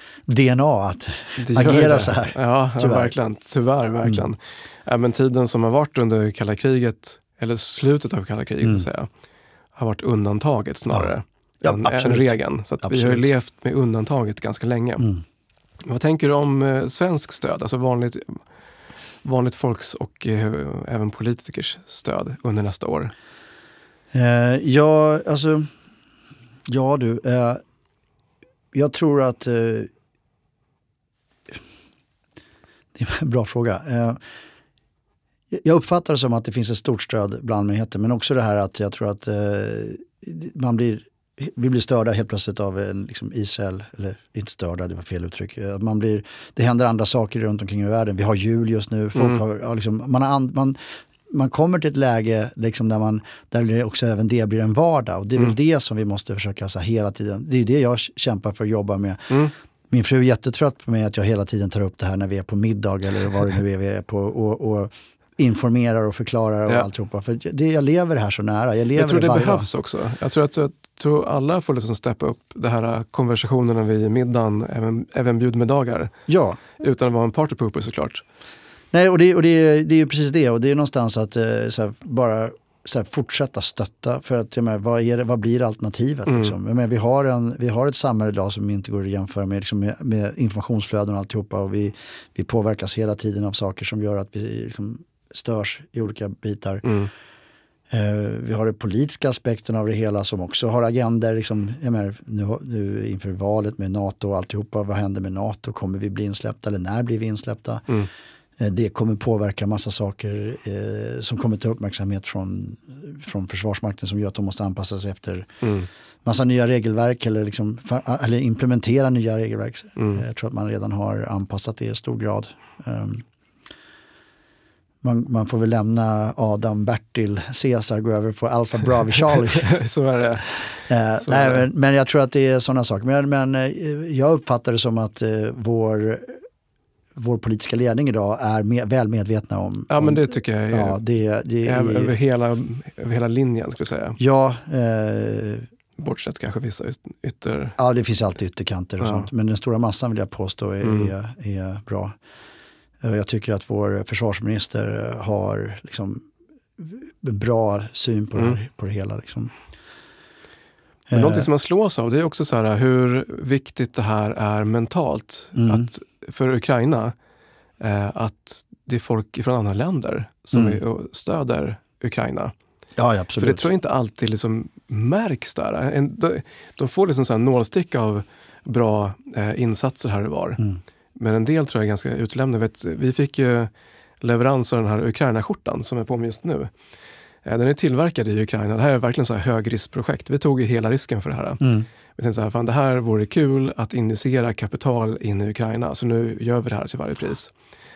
[SPEAKER 2] D N A att
[SPEAKER 1] Det gör
[SPEAKER 2] agera
[SPEAKER 1] det.
[SPEAKER 2] så här.
[SPEAKER 1] Ja, ja
[SPEAKER 2] Tyvärr.
[SPEAKER 1] verkligen. Tyvärr, verkligen.
[SPEAKER 2] Mm.
[SPEAKER 1] Även tiden som har varit under kalla kriget, eller slutet av kalla kriget
[SPEAKER 2] Mm.
[SPEAKER 1] så att säga, har varit undantaget snarare
[SPEAKER 2] Ja,
[SPEAKER 1] än,
[SPEAKER 2] absolut.
[SPEAKER 1] än regeln. Så att vi har ju
[SPEAKER 2] Absolut.
[SPEAKER 1] levt med undantaget ganska länge.
[SPEAKER 2] Mm.
[SPEAKER 1] Vad tänker du om eh, svensk stöd, alltså vanligt, vanligt folks och eh, även politikers stöd under nästa år?
[SPEAKER 2] Eh, ja, alltså, ja du, eh, jag tror att, eh, det är en bra fråga. Eh, jag uppfattar det som att det finns ett stort stöd bland allmänheten, men också det här att jag tror att eh, man blir, vi blir störda helt plötsligt av en, liksom Israel, eller inte störda, det var fel uttryck. Eh, Man blir, det händer andra saker runt omkring i världen. Vi har jul just nu, folk
[SPEAKER 1] Mm.
[SPEAKER 2] har, ja, liksom, man, har and, man man kommer till ett läge liksom där, man, där det också även det blir en vardag. Och det är väl
[SPEAKER 1] Mm.
[SPEAKER 2] det som vi måste försöka så här, hela tiden. Det är det jag kämpar för att jobba med.
[SPEAKER 1] Mm.
[SPEAKER 2] Min fru är jättetrött på mig att jag hela tiden tar upp det här när vi är på middag eller vad det nu är vi är på. Och, och informerar och förklarar och
[SPEAKER 1] Ja.
[SPEAKER 2] alltihopa. För det, jag lever här så nära. Jag lever
[SPEAKER 1] Jag tror det
[SPEAKER 2] varje
[SPEAKER 1] behövs också. Jag tror att jag tror alla får liksom steppa upp det här konversationerna vid middagen, även, även bjudmiddagar.
[SPEAKER 2] dag. Ja.
[SPEAKER 1] Utan att vara en partypooper såklart.
[SPEAKER 2] Nej, och, det, och det, det är ju precis det. Och det är någonstans att eh, så här, bara så här, fortsätta stötta. För att, jag menar, vad, är det, vad blir alternativet?
[SPEAKER 1] Mm.
[SPEAKER 2] Liksom? Jag menar, vi, har en, vi har ett samhälle idag som inte går att jämföra med, liksom, med, med informationsflöden och alltihopa. Och vi, vi påverkas hela tiden av saker som gör att vi liksom, störs i olika bitar.
[SPEAKER 1] Mm.
[SPEAKER 2] Eh, vi har den politiska aspekten av det hela som också har agender. Liksom, jag menar, nu, nu inför valet med NATO och alltihopa. Vad händer med NATO? Kommer vi bli insläppta eller när blir vi insläppta?
[SPEAKER 1] Mm.
[SPEAKER 2] Det kommer påverka massa saker eh, som kommer ta uppmärksamhet från, från Försvarsmakten som gör att de måste anpassa sig efter
[SPEAKER 1] Mm.
[SPEAKER 2] massa nya regelverk eller, liksom, eller implementera nya regelverk.
[SPEAKER 1] Mm.
[SPEAKER 2] Eh, jag tror att man redan har anpassat det i stor grad. Um, man, man får väl lämna Adam, Bertil, Caesar, gå över på Alpha, Bravo, Charlie.
[SPEAKER 1] Så är det.
[SPEAKER 2] Eh,
[SPEAKER 1] Så
[SPEAKER 2] nej,
[SPEAKER 1] är det.
[SPEAKER 2] men, men jag tror att det är sådana saker. Men, men eh, jag uppfattar det som att eh, vår... vår politiska ledning idag är med, väl medvetna om.
[SPEAKER 1] Ja,
[SPEAKER 2] om,
[SPEAKER 1] men det tycker jag är,
[SPEAKER 2] ja, det, det
[SPEAKER 1] är
[SPEAKER 2] är
[SPEAKER 1] över, hela, över hela linjen skulle jag säga.
[SPEAKER 2] Ja, eh,
[SPEAKER 1] Bortsett kanske vissa yt- ytter...
[SPEAKER 2] ja, det finns alltid ytterkanter och
[SPEAKER 1] Ja.
[SPEAKER 2] sånt. Men den stora massan vill jag påstå är,
[SPEAKER 1] Mm.
[SPEAKER 2] är, är bra. Eh, Jag tycker att vår försvarsminister har liksom en bra syn på, det,
[SPEAKER 1] Mm.
[SPEAKER 2] här, på det hela. Liksom.
[SPEAKER 1] Men
[SPEAKER 2] Eh,
[SPEAKER 1] någonting som man slås av, det är också så här hur viktigt det här är mentalt.
[SPEAKER 2] Mm.
[SPEAKER 1] Att för Ukraina, eh, att det är folk från andra länder som
[SPEAKER 2] Mm.
[SPEAKER 1] är, och stöder Ukraina.
[SPEAKER 2] Ja, ja, absolut.
[SPEAKER 1] För det tror jag inte alltid liksom märks där. En, de, de får liksom så här nålstick av bra eh, insatser här och var.
[SPEAKER 2] Mm.
[SPEAKER 1] Men en del tror jag är ganska utlämnade. Vet, vi fick ju leverans av den här Ukraina-skjortan som är på mig just nu. Den är tillverkad i Ukraina. Det här är verkligen så här högriskprojekt. Vi tog ju hela risken för det här.
[SPEAKER 2] Mm.
[SPEAKER 1] Vi tänkte så här, fan, det här vore kul att initiera kapital in i Ukraina. Så nu gör vi det här till varje pris.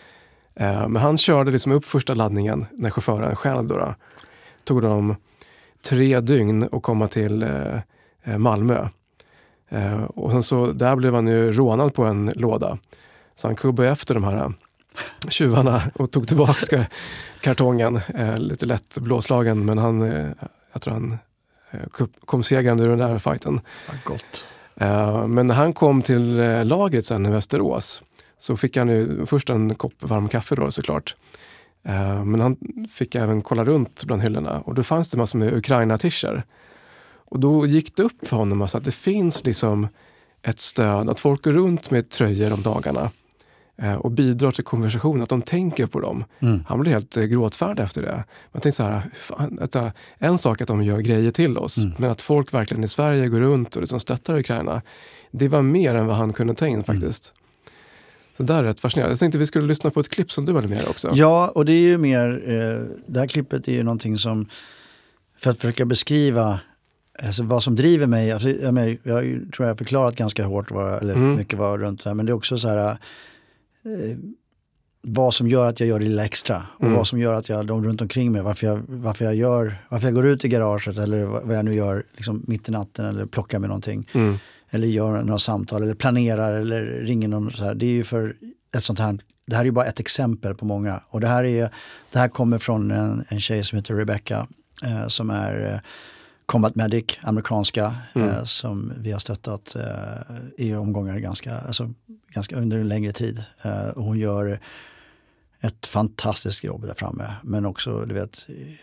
[SPEAKER 1] Men han körde liksom upp första laddningen när chauffören själv då, då tog de tre dygn att komma till eh, Malmö. Eh, och sen så där blev han ju rånad på en låda. Så han kubbade efter de här tjuvarna och tog tillbaka kartongen. Eh, lite lätt blåslagen, men han, eh, jag tror han eh, kom segrande ur den där fighten.
[SPEAKER 2] Ja, gott.
[SPEAKER 1] Eh, men när han kom till eh, lagret sen i Västerås så fick han ju först en kopp varm kaffe då såklart. Uh, men han fick även kolla runt bland hyllorna och då fanns det massor med Ukraina-tischer. Och då gick det upp för honom alltså att det finns liksom ett stöd, att folk går runt med tröjor om dagarna uh, och bidrar till konversationen, att de tänker på dem. Mm. Han blev helt uh, gråtfärdig efter det. Man tänkte så här, fan, att, uh, en sak att de gör grejer till oss, mm. men att folk verkligen i Sverige går runt och liksom stöttar Ukraina, det var mer än vad han kunde ta in faktiskt. Mm. Så där är rätt fascinerande. Jag tänkte vi skulle lyssna på ett klipp som du hade med också.
[SPEAKER 2] Ja, och det är ju mer, eh, det här klippet är ju någonting som, för att försöka beskriva alltså, vad som driver mig. Alltså, jag, men, jag tror jag har förklarat ganska hårt, vad, eller mm. mycket vad runt det här, men det är också så här, eh, vad som gör att jag gör det lilla extra. Och mm. vad som gör att jag, de runt omkring mig, varför jag, varför jag gör, varför jag går ut i garaget eller vad jag nu gör liksom, mitt i natten eller plockar med någonting. Mm. Eller gör några samtal eller planerar eller ringer någon så här. Det är ju för ett sånt här, det här är ju bara ett exempel på många. Och det här, är, det här kommer från en, en tjej som heter Rebecca eh, som är eh, Combat Medic, amerikanska, mm. eh, som vi har stöttat eh, i omgångar ganska, alltså, ganska under en längre tid. Eh, och hon gör ett fantastiskt jobb där framme. Men också, du vet,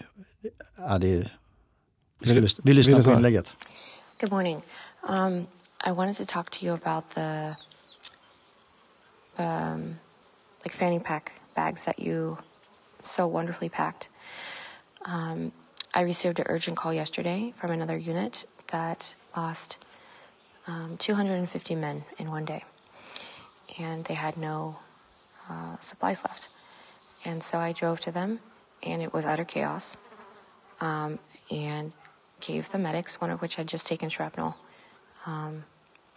[SPEAKER 2] ja, det är, vi, ska lyssna, vi lyssnar på inlägget.
[SPEAKER 3] Good morning. Um, I wanted to talk to you about the um, like fanny pack bags that you so wonderfully packed. Um, I received an urgent call yesterday from another unit that lost um, two hundred fifty men in one day, and they had no uh, supplies left. And so I drove to them, and it was utter chaos, um, and gave the medics, one of which had just taken shrapnel, um,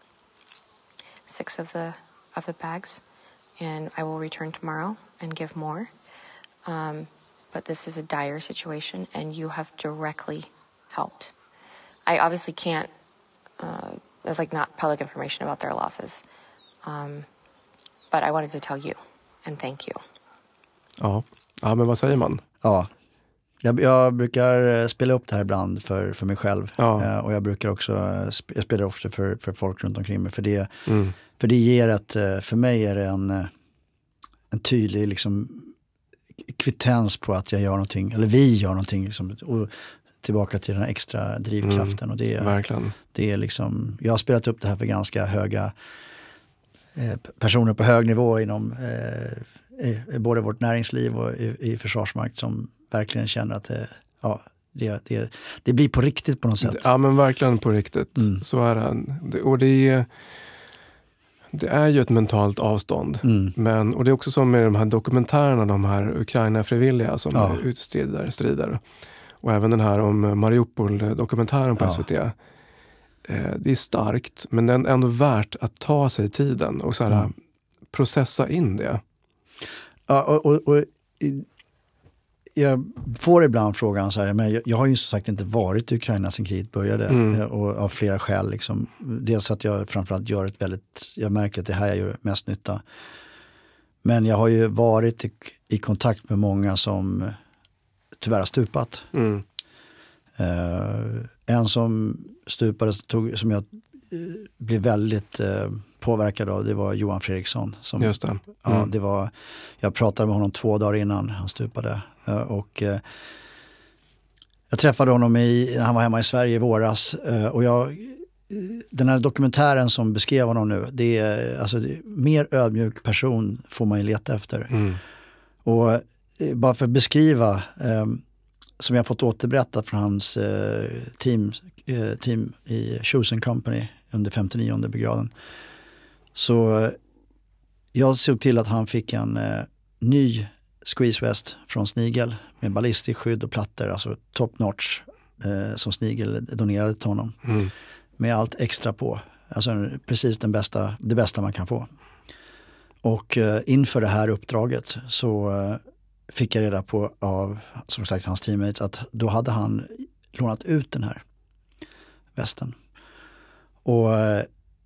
[SPEAKER 3] six of the of the bags, and I will return tomorrow and give more. Um, but this is a dire situation, and you have directly helped. I obviously can't, uh, there's like not public information about their losses, um, but I wanted to tell you and thank you.
[SPEAKER 1] Ja, ja men vad säger man?
[SPEAKER 2] Ja. Jag, jag brukar spela upp det här ibland för, för mig själv. Ja. Eh, och jag brukar också, jag spelar ofta för, för folk runt omkring mig. För det, mm. för det ger ett, för mig är det en, en tydlig liksom, kvittens på att jag gör någonting, eller vi gör någonting. Liksom, och tillbaka till den här extra drivkraften. Mm, och det,
[SPEAKER 1] verkligen.
[SPEAKER 2] Det är liksom, jag har spelat upp det här för ganska höga eh, personer på hög nivå inom eh, i, i både vårt näringsliv och i, i försvarsmakt som verkligen känner att det, ja, det, det, det blir på riktigt på något sätt.
[SPEAKER 1] Ja, men verkligen på riktigt. Mm. Så är det. Och det är, det är ju ett mentalt avstånd. Mm. Men, och det är också som med de här dokumentärerna, de här Ukraina-frivilliga som ja. utstrider, strider. Och även den här om Mariupol-dokumentären på ja. S V T. Eh, det är starkt, men det är ändå värt att ta sig tiden och så här, mm. processa in det.
[SPEAKER 2] Ja, och, och, och i, jag får ibland frågan så här, men jag, jag har ju som sagt inte varit i Ukraina sedan kriget började mm. och av flera skäl liksom. Dels att jag framförallt gör ett väldigt, jag märker att det här jag gör mest nytta. Men jag har ju varit i, i kontakt med många som tyvärr har stupat. Mm. Uh, en som stupade tog, som jag uh, blev väldigt uh, påverkad av, det var Johan Fredriksson. Som,
[SPEAKER 1] Just det. Mm.
[SPEAKER 2] Ja, det var, jag pratade med honom två dagar innan han stupade. Uh, och uh, jag träffade honom i, när han var hemma i Sverige i våras. Uh, och jag, den här dokumentären som beskrev honom nu, det är, alltså, det är mer ödmjuk person får man ju leta efter. Mm. Och uh, bara för att beskriva um, som jag fått återberättat från hans uh, team, uh, team i Chosen Company under femtionionde brigaden. Så uh, jag såg till att han fick en uh, ny squeeze vest från Snigel med ballistisk skydd och plattor, alltså top notch, eh, som Snigel donerade till honom. Mm. Med allt extra på. Alltså precis den bästa, det bästa man kan få. Och eh, inför det här uppdraget så eh, fick jag reda på av, som sagt, hans teammates att då hade han lånat ut den här västen. Och eh,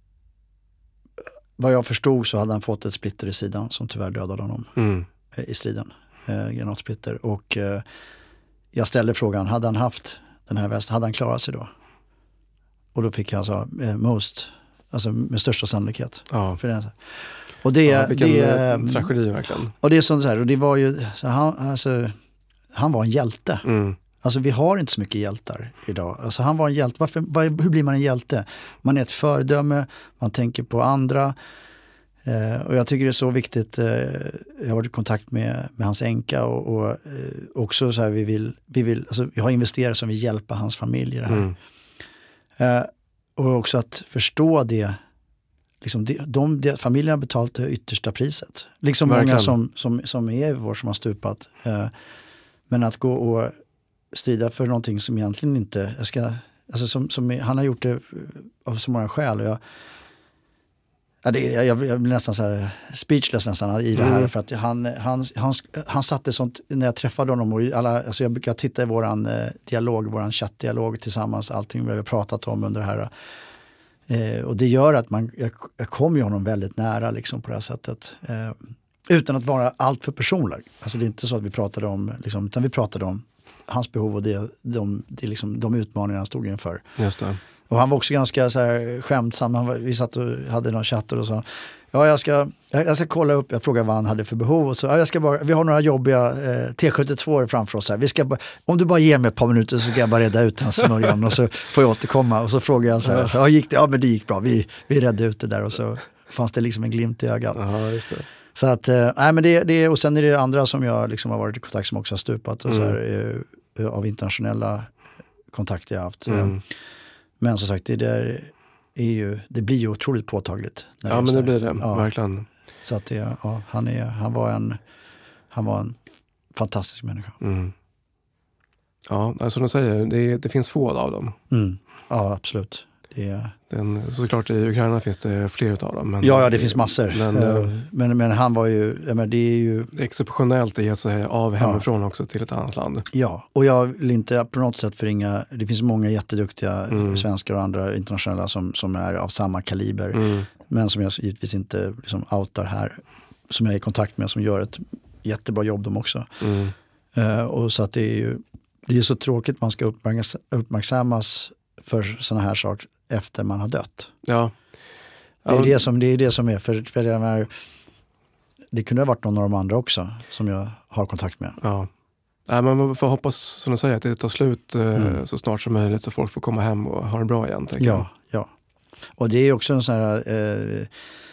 [SPEAKER 2] vad jag förstod så hade han fått ett splitter i sidan som tyvärr dödade honom mm. eh, i striden. Eh, granatsplitter. Och eh, jag ställde frågan, hade han haft den här västen, hade han klarat sig då? Och då fick jag alltså eh, most, alltså med största sannolikhet. Ja. För det. Och det,
[SPEAKER 1] ja, vilken
[SPEAKER 2] det,
[SPEAKER 1] tragedi verkligen.
[SPEAKER 2] Och det är sånt så här, och det var ju, så han, alltså, han var en hjälte. Mm. Alltså vi har inte så mycket hjältar idag. Alltså han var en hjälte. Varför, var, hur blir man en hjälte? Man är ett föredöme, man tänker på andra. Eh, och jag tycker det är så viktigt. Eh, jag har varit i kontakt med, med hans änka och, och eh, också så här, vi vill, vi vill, alltså vi har investerare som vill hjälpa hans familj i det här. Mm. Eh, och också att förstå det. Liksom de, de, de, familjen har betalt det yttersta priset. Liksom verkligen. Många som, som, som är i vår som har stupat. Eh, men att gå och strida för någonting som egentligen inte, jag ska, alltså som, som han har gjort det av så många skäl. Och jag, ja, det, jag, jag blir nästan så här speechless nästan i det här. Mm. För att han, han, han, han satte sånt, när jag träffade honom och alla, alltså jag brukar titta i våran eh, dialog, våran chattdialog tillsammans, allting vi har pratat om under det här. Eh, och det gör att man, jag, jag kommer ju honom väldigt nära liksom på det här sättet. Eh, utan att vara allt för personlig. Alltså det är inte så att vi pratade om, liksom, utan vi pratade om hans behov och det, de, det liksom, de utmaningar han stod inför.
[SPEAKER 1] Just det.
[SPEAKER 2] Och han var också ganska så här skämtsam. Han var, vi satt och hade någon chatt och sa, ja jag ska, jag, jag ska kolla upp, jag frågade vad han hade för behov. Och så, ja, jag ska bara, vi har några jobbiga eh, T sjuttiotvå framför oss här. Vi ska bara, om du bara ger mig ett par minuter så ska jag bara reda ut hans smörjan och så får jag återkomma. Och så frågade jag så här, så, ja, gick det? Ja men det gick bra, vi, vi redde ut det där och så fanns det liksom en glimt i ögat.
[SPEAKER 1] Ja, just det.
[SPEAKER 2] Så att, eh, nej men det, det, och sen är det andra som jag liksom har varit i kontakt som också har stupat och mm. så här, eh, av internationella kontakter jag haft. Mm. Men som sagt, det där är ju, det blir ju otroligt påtagligt. När
[SPEAKER 1] ja,
[SPEAKER 2] det
[SPEAKER 1] men det blir det,
[SPEAKER 2] ja.
[SPEAKER 1] verkligen.
[SPEAKER 2] Så att det, ja, han, är, han, var en, han var en fantastisk människa.
[SPEAKER 1] Mm. Ja, som du säger, det, det finns få av dem.
[SPEAKER 2] Mm. Ja, absolut. Det är...
[SPEAKER 1] Den, såklart i Ukraina finns det fler av dem. Men
[SPEAKER 2] ja, ja, det finns massor.
[SPEAKER 1] Men,
[SPEAKER 2] uh, men, men han var ju, ja, men det är ju...
[SPEAKER 1] exceptionellt att ge sig av hemifrån ja. också till ett annat land.
[SPEAKER 2] Ja, och jag vill inte på något sätt förringa, det finns många jätteduktiga mm. svenskar och andra internationella som, som är av samma kaliber. Mm. Men som jag givetvis inte liksom outar här, som jag är i kontakt med, som gör ett jättebra jobb de också. Mm. Uh, och så att det är ju, det är så tråkigt man ska uppmärks, uppmärksammas för sådana här saker efter man har dött.
[SPEAKER 1] Ja.
[SPEAKER 2] Det är det som, det är, det som är för, för det, är, det kunde ha varit någon av de andra också som jag har kontakt med.
[SPEAKER 1] Ja. Nej, man får hoppas, som du säger, att det tar slut mm. eh, så snart som möjligt så folk får komma hem och ha det bra igen.
[SPEAKER 2] Ja, jag. ja. Och det är också en sån här eh,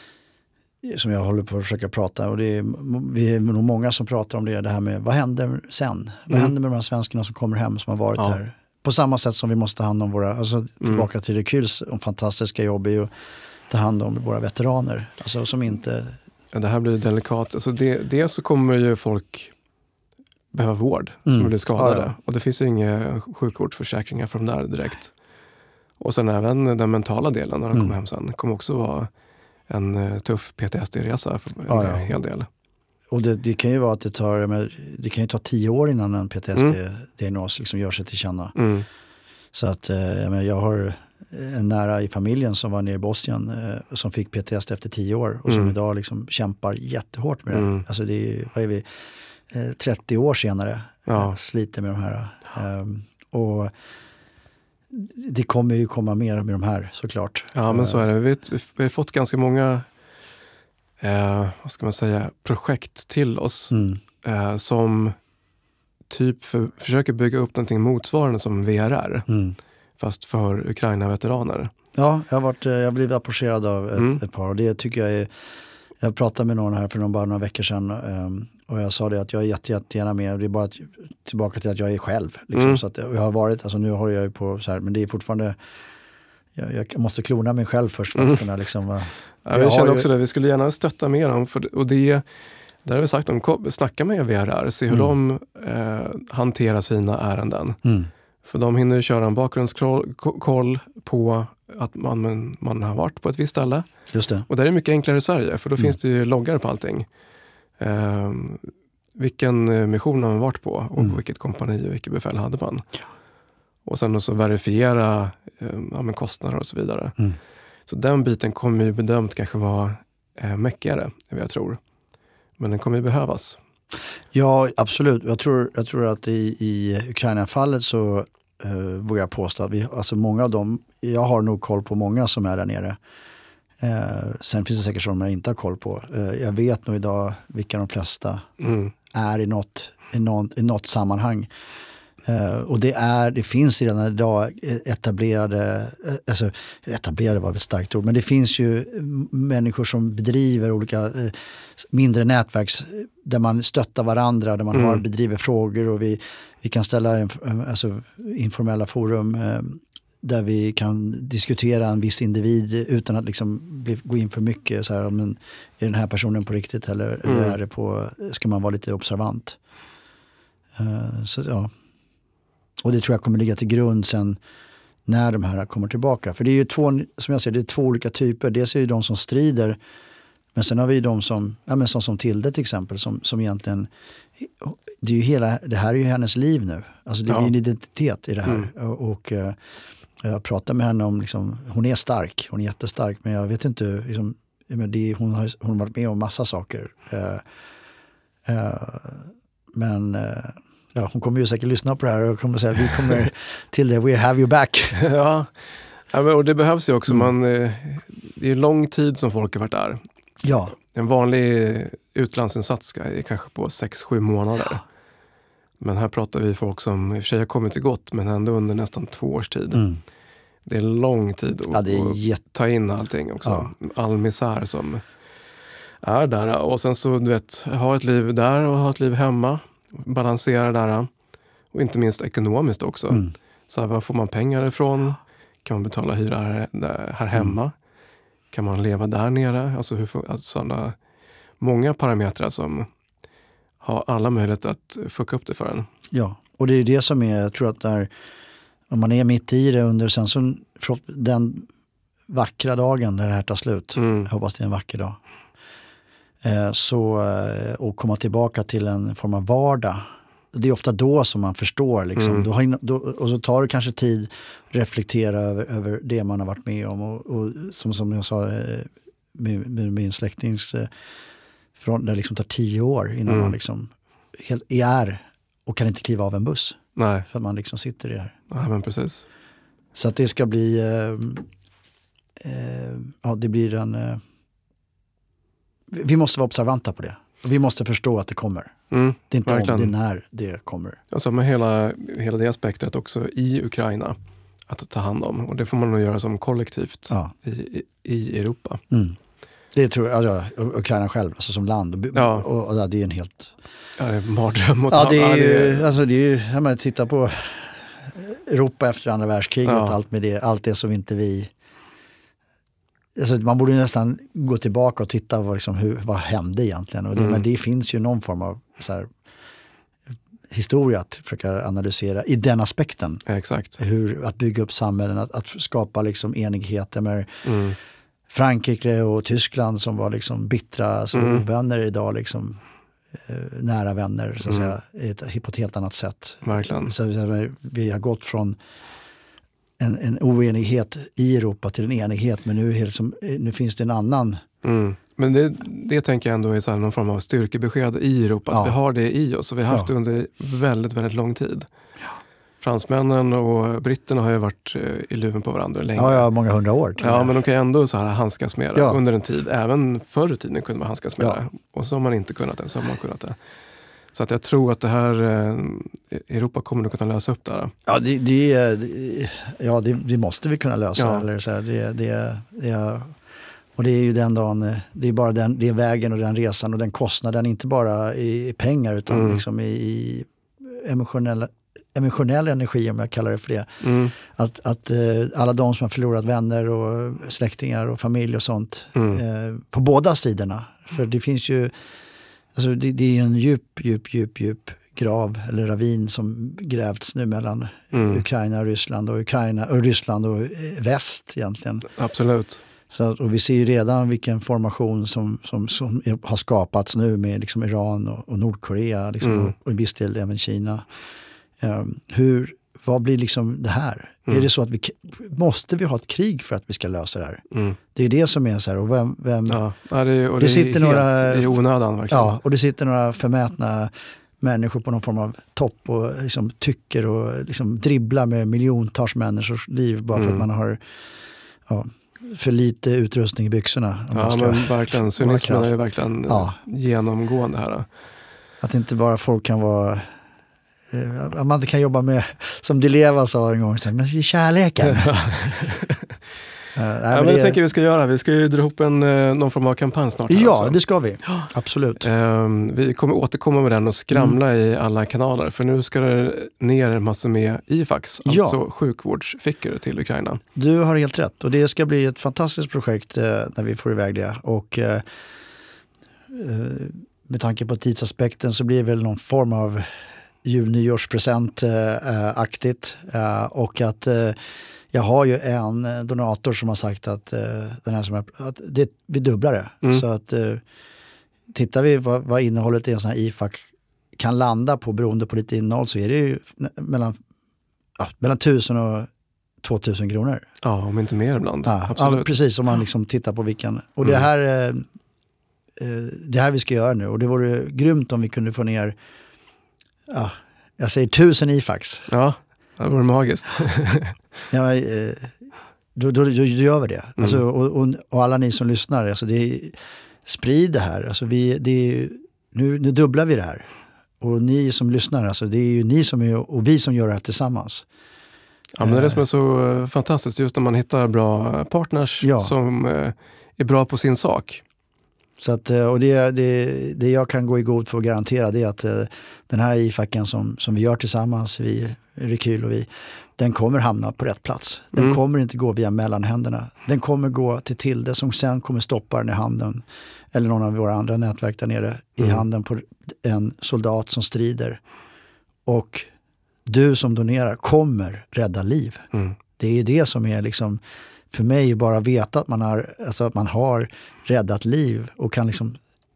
[SPEAKER 2] som jag håller på att försöka prata och det är, vi är nog många som pratar om det, det här med vad händer sen? Mm. Vad händer med de här svenskarna som kommer hem som har varit ja. här? På samma sätt som vi måste ta hand om våra, alltså tillbaka mm. till Rekyls fantastiska jobb är ju ta hand om våra veteraner. Alltså som inte...
[SPEAKER 1] Ja, det här blir delikat. Alltså det, dels så kommer ju folk behöva vård mm. som blir skadade. Ja, ja. Och det finns ju inga sjukvårdsförsäkringar för dem där direkt. Och sen även den mentala delen när de mm. kommer hem sen kommer också vara en uh, tuff P T S D-resa för ja, en ja. hel del.
[SPEAKER 2] Och det, det kan ju vara att det tar, men det kan ju ta tio år innan en P T S D-diagnos mm. liksom gör sig till känna. Mm. Så att eh, men jag har en nära i familjen som var nere i Bosnien eh, som fick P T S D efter tio år och som mm. idag liksom kämpar jättehårt med det. Mm. Alltså det är, vad är vi, eh, trettio år senare ja. eh, sliter med de här. Eh, och det kommer ju komma mer med de här såklart.
[SPEAKER 1] Ja, men så är det. Vi, vi, vi har fått ganska många Eh, vad ska man säga, projekt till oss mm. eh, som typ för, försöker bygga upp någonting motsvarande som V R R mm. fast för Ukraina-veteraner.
[SPEAKER 2] Ja, jag har, varit, jag har blivit approcherad av ett, mm. ett par och det tycker jag är, jag pratade med någon här för någon, bara några veckor sedan eh, och jag sa det att jag är jätte, jättegärna med, det är bara att, tillbaka till att jag är själv liksom, mm. så att jag har varit, alltså nu har jag ju på så här, men det är fortfarande jag, jag måste klona mig själv först för att mm. kunna liksom vara.
[SPEAKER 1] Ja, vi känner också ju... det. Vi skulle gärna stötta mer om för, och det, Där har vi sagt om snacka med V R R, se hur mm. de eh, hanterar sina ärenden. Mm. För de hinner köra en bakgrundskoll på att man, man har varit på ett visst ställe.
[SPEAKER 2] Just det.
[SPEAKER 1] Och det är mycket enklare i Sverige, för då mm. finns det ju loggar på allting. Eh, vilken mission har man varit på och mm. vilket kompani och vilket befäl hade man. Ja. Och sen så verifiera eh, ja, men kostnader och så vidare. Mm. Så den biten kommer ju bedömt kanske vara eh, mäckigare än vad jag tror. Men den kommer ju behövas.
[SPEAKER 2] Ja, absolut. Jag tror, jag tror att i, i Ukraina-fallet så eh, vågar jag påstå att vi, alltså många av dem, jag har nog koll på många som är där nere. Eh, sen finns det säkert som jag inte har koll på. Eh, jag vet nog idag vilka de flesta mm. är i något, i, något, i något sammanhang. Uh, och det, är, det finns redan idag etablerade, alltså etablerade var väl ett starkt ord, men det finns ju människor som bedriver olika uh, mindre nätverks där man stöttar varandra, där man mm. har bedriver frågor och vi, vi kan ställa uh, alltså, informella forum uh, där vi kan diskutera en viss individ utan att liksom bli, gå in för mycket. Så här, men, är den här personen på riktigt eller, mm. eller är det på, ska man vara lite observant? Uh, så ja. Och det tror jag kommer ligga till grund sen när de här kommer tillbaka. För det är ju två, som jag säger, det är två olika typer. Dels är det de som strider, men sen har vi de som, ja men som, som Tilde till exempel, som, som egentligen, det är ju hela, det här är ju hennes liv nu. Alltså det är ja. en identitet i det här. Mm. Och, och jag pratar med henne om, liksom, hon är stark, hon är jättestark, men jag vet inte, liksom, det, hon, har, hon har varit med om massa saker. Uh, uh, men... Uh, Ja, hon kommer ju säkert lyssna på det här och kommer säga vi kommer till det, we have you back.
[SPEAKER 1] Ja, och det behövs ju också. Mm. Man, det är lång tid som folk har varit där.
[SPEAKER 2] Ja.
[SPEAKER 1] En vanlig utlandsinsats är kanske på sex sju månader. Ja. Men här pratar vi folk som i och för sig har kommit till gott, men ändå under nästan två års tid. Mm. Det är lång tid att, ja, det är jätt... att ta in allting också. Ja. All misär som är där. Och sen så, du vet, ha ett liv där och ha ett liv hemma. Balansera där och inte minst ekonomiskt också. Mm. Så här, var får man pengar ifrån? Kan man betala hyra här, här hemma? Mm. Kan man leva där nere? Alltså, hur, alltså sådana många parametrar som har alla möjligheter att fucka upp det för en.
[SPEAKER 2] Ja, och det är det som är, jag tror att där, om man är mitt i det under sen så den vackra dagen när det här tar slut, mm. jag hoppas det är en vacker dag, så, och komma tillbaka till en form av vardag. Det är ofta då som man förstår liksom. Mm. Då har, då, och så tar det kanske tid att reflektera över, över det man har varit med om och, och som, som jag sa med, med min släktings från, det liksom tar tio år innan mm. man liksom helt är och kan inte kliva av en buss.
[SPEAKER 1] Nej.
[SPEAKER 2] För att man liksom sitter i det här.
[SPEAKER 1] Ja, men precis.
[SPEAKER 2] Så att det ska bli eh, eh, ja, det blir en eh, vi måste vara observanta på det. Vi måste förstå att det kommer. Mm, det är inte verkligen. Om, det är när det kommer.
[SPEAKER 1] Alltså med hela, hela det aspektet också i Ukraina att ta hand om. Och det får man nog göra som kollektivt ja. i, i, i Europa.
[SPEAKER 2] Mm. Det tror jag, alltså, Ukraina själv, alltså som land. Och, ja. och, och, och det är en helt...
[SPEAKER 1] Ja, det är en mardröm.
[SPEAKER 2] Ja, det är ju, alltså det är ju, jag menar, titta på Europa efter andra världskriget, ja. allt med det, allt det som inte vi... Alltså man borde nästan gå tillbaka och titta vad, liksom, hur, vad hände egentligen. Och det, mm. Men det finns ju någon form av så här, historia att försöka analysera i den aspekten.
[SPEAKER 1] Ja, exakt.
[SPEAKER 2] Hur, att bygga upp samhällen, att, att skapa liksom, enigheter med mm. Frankrike och Tyskland som var liksom, bittra alltså, mm. ovänner idag. Liksom, eh, nära vänner så att mm. säga, ett, på ett helt annat sätt.
[SPEAKER 1] Verkligen.
[SPEAKER 2] Så, så, vi har gått från En, en oenighet i Europa till en enighet, men nu, liksom, nu finns det en annan.
[SPEAKER 1] Mm. Men det, det tänker jag ändå är så här någon form av styrkebesked i Europa, ja. Att vi har det i oss och vi har haft ja. det under väldigt, väldigt lång tid. Ja. Fransmännen och britterna har ju varit i luven på varandra länge.
[SPEAKER 2] Ja, ja många hundra år.
[SPEAKER 1] Ja, men de kan ju ändå så här handskas med det ja. under en tid. Även förr i tiden kunde man handskas med ja. det. Och så har man inte kunnat det, så har man kunnat det. Så att jag tror att det här eh, Europa kommer att kunna lösa upp det här.
[SPEAKER 2] Ja, det, det, det, ja, det, det måste vi kunna lösa. Ja. Eller så här, det, det, det, och det är ju den dagen, det är bara den, det är vägen och den resan och den kostnaden, inte bara i, i pengar utan mm. liksom i, i emotionell, emotionell energi, om jag kallar det för det. Mm. Att, att eh, alla de som har förlorat vänner och släktingar och familj och sånt mm. eh, på båda sidorna. För det finns ju alltså det, det är en djup, djup, djup, djup grav eller ravin som grävts nu mellan mm. Ukraina och Ryssland och Ukraina och Ryssland och väst egentligen.
[SPEAKER 1] Absolut.
[SPEAKER 2] Så, och vi ser ju redan vilken formation som, som, som har skapats nu med liksom Iran och, och Nordkorea liksom, mm. och, och i viss del även Kina. Um, hur, vad blir liksom det här? Mm. Är det så att vi måste vi ha ett krig för att vi ska lösa det här? Mm. Det är det som är så här. Och vem, vem,
[SPEAKER 1] ja. Ja, det, och det, det sitter helt några, i onödan verkligen.
[SPEAKER 2] Ja, och det sitter några förmätna människor på någon form av topp och liksom tycker och liksom dribblar med miljontals människors liv bara för mm. att man har ja, för lite utrustning i byxorna.
[SPEAKER 1] Ja, men verkligen. Cynismen är ju verkligen ja. genomgående här.
[SPEAKER 2] Att inte bara folk kan vara att man inte kan jobba med, som Di Leva sa en gång, men i kärleken.
[SPEAKER 1] Ja. Uh, nej, ja, men det, det tänker vi ska göra. Vi ska ju dra ihop en, någon form av kampanj snart.
[SPEAKER 2] Ja,
[SPEAKER 1] också.
[SPEAKER 2] Det ska vi. Absolut.
[SPEAKER 1] Uh, vi kommer återkomma med den och skramla mm. i alla kanaler. För nu ska det ner massor med I F A X, ja. alltså sjukvårdsfickor till Ukraina.
[SPEAKER 2] Du har helt rätt. Och det ska bli ett fantastiskt projekt uh, när vi får iväg det. Och uh, uh, med tanke på tidsaspekten så blir det väl någon form av jul-nyårspresent-aktigt. Uh, uh, och att... Uh, Jag har ju en donator som har sagt att, uh, den här som är, att det, vi dubblar det. Mm. Så att uh, tittar vi vad, vad innehållet i en sån här I F A C kan landa på beroende på lite innehåll så är det ju mellan, ja, mellan tusen och tvåtusen kronor.
[SPEAKER 1] Ja, om inte mer ibland.
[SPEAKER 2] Ja,
[SPEAKER 1] absolut.
[SPEAKER 2] Ja, precis, om man liksom tittar på vilken. Och mm. det här uh, uh, det här vi ska göra nu och det vore grymt om vi kunde få ner ja, jag säger tusen I F A X.
[SPEAKER 1] Ja. Det vore magiskt.
[SPEAKER 2] Ja, men, eh, då, då, då gör vi det. Mm. Alltså, och, och, och alla ni som lyssnar, alltså det är, sprid det här. Alltså vi, det är, nu, nu dubblar vi det här. Och ni som lyssnar, alltså det är ju ni som är, och vi som gör det här tillsammans.
[SPEAKER 1] Ja, men det är det som är så fantastiskt. Just när man hittar bra partners ja. som eh, är bra på sin sak.
[SPEAKER 2] Så att, och det, det, det jag kan gå i god för att garantera det är att uh, den här I F A C som, som vi gör tillsammans, vi, Rekyl och vi, den kommer hamna på rätt plats. Den mm. kommer inte gå via mellanhänderna. Den kommer gå till Tilde som sen kommer stoppa den i handen, eller någon av våra andra nätverk där nere, mm. i handen på en soldat som strider. Och du som donerar kommer rädda liv. Mm. Det är det som är liksom... För mig bara veta att man har, alltså att man har räddat liv och kan liksom,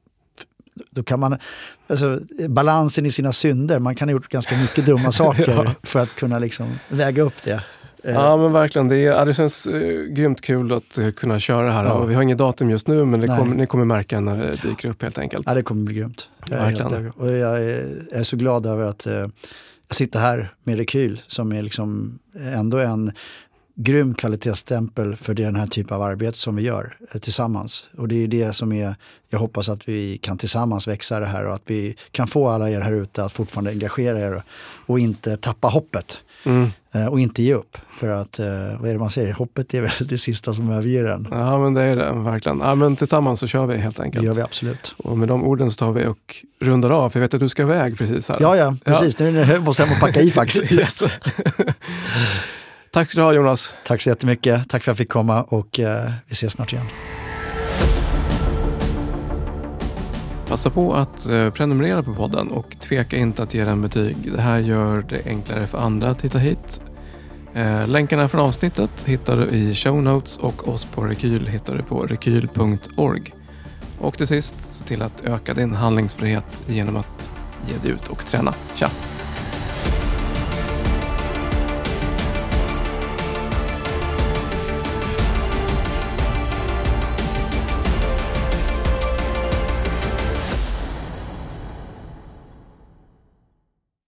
[SPEAKER 2] då kan man, alltså balansen i sina synder, man kan ha gjort ganska mycket dumma saker ja. för att kunna liksom väga upp det.
[SPEAKER 1] Ja men verkligen, det, är, det känns uh, grymt kul att uh, kunna köra det här. Ja. Och vi har inget datum just nu men det kom, ni kommer märka när det dyker upp helt enkelt.
[SPEAKER 2] Ja det kommer bli grymt. Jag är, helt, och jag är, jag är så glad över att uh, jag sitter här med Rekyl som är liksom ändå en grym kvalitetsstämpel för den här typen av arbete som vi gör eh, tillsammans. Och det är det som är, jag hoppas att vi kan tillsammans växa det här och att vi kan få alla er här ute att fortfarande engagera er och, och inte tappa hoppet. Mm. Eh, och inte ge upp. För att, eh, vad är det man säger? Hoppet är väl det sista som överger en.
[SPEAKER 1] Ja men det är det, verkligen. Ja men tillsammans så kör vi helt enkelt.
[SPEAKER 2] Det gör vi absolut.
[SPEAKER 1] Och med de orden så tar vi och rundar av. För jag vet att du ska iväg precis här.
[SPEAKER 2] Ja ja, precis. Ja. Nu är det måste hem och packa I F A X.
[SPEAKER 1] Yes. Tack ska du ha Jonas.
[SPEAKER 2] Tack så jättemycket. Tack för att jag fick komma och eh, vi ses snart igen.
[SPEAKER 1] Passa på att eh, prenumerera på podden och tveka inte att ge den betyg. Det här gör det enklare för andra att hitta hit. Eh, länkarna från avsnittet hittar du i show notes och oss på Rekyl hittar du på rekyl punkt org. Och till sist, se till att öka din handlingsfrihet genom att ge dig ut och träna. Tja!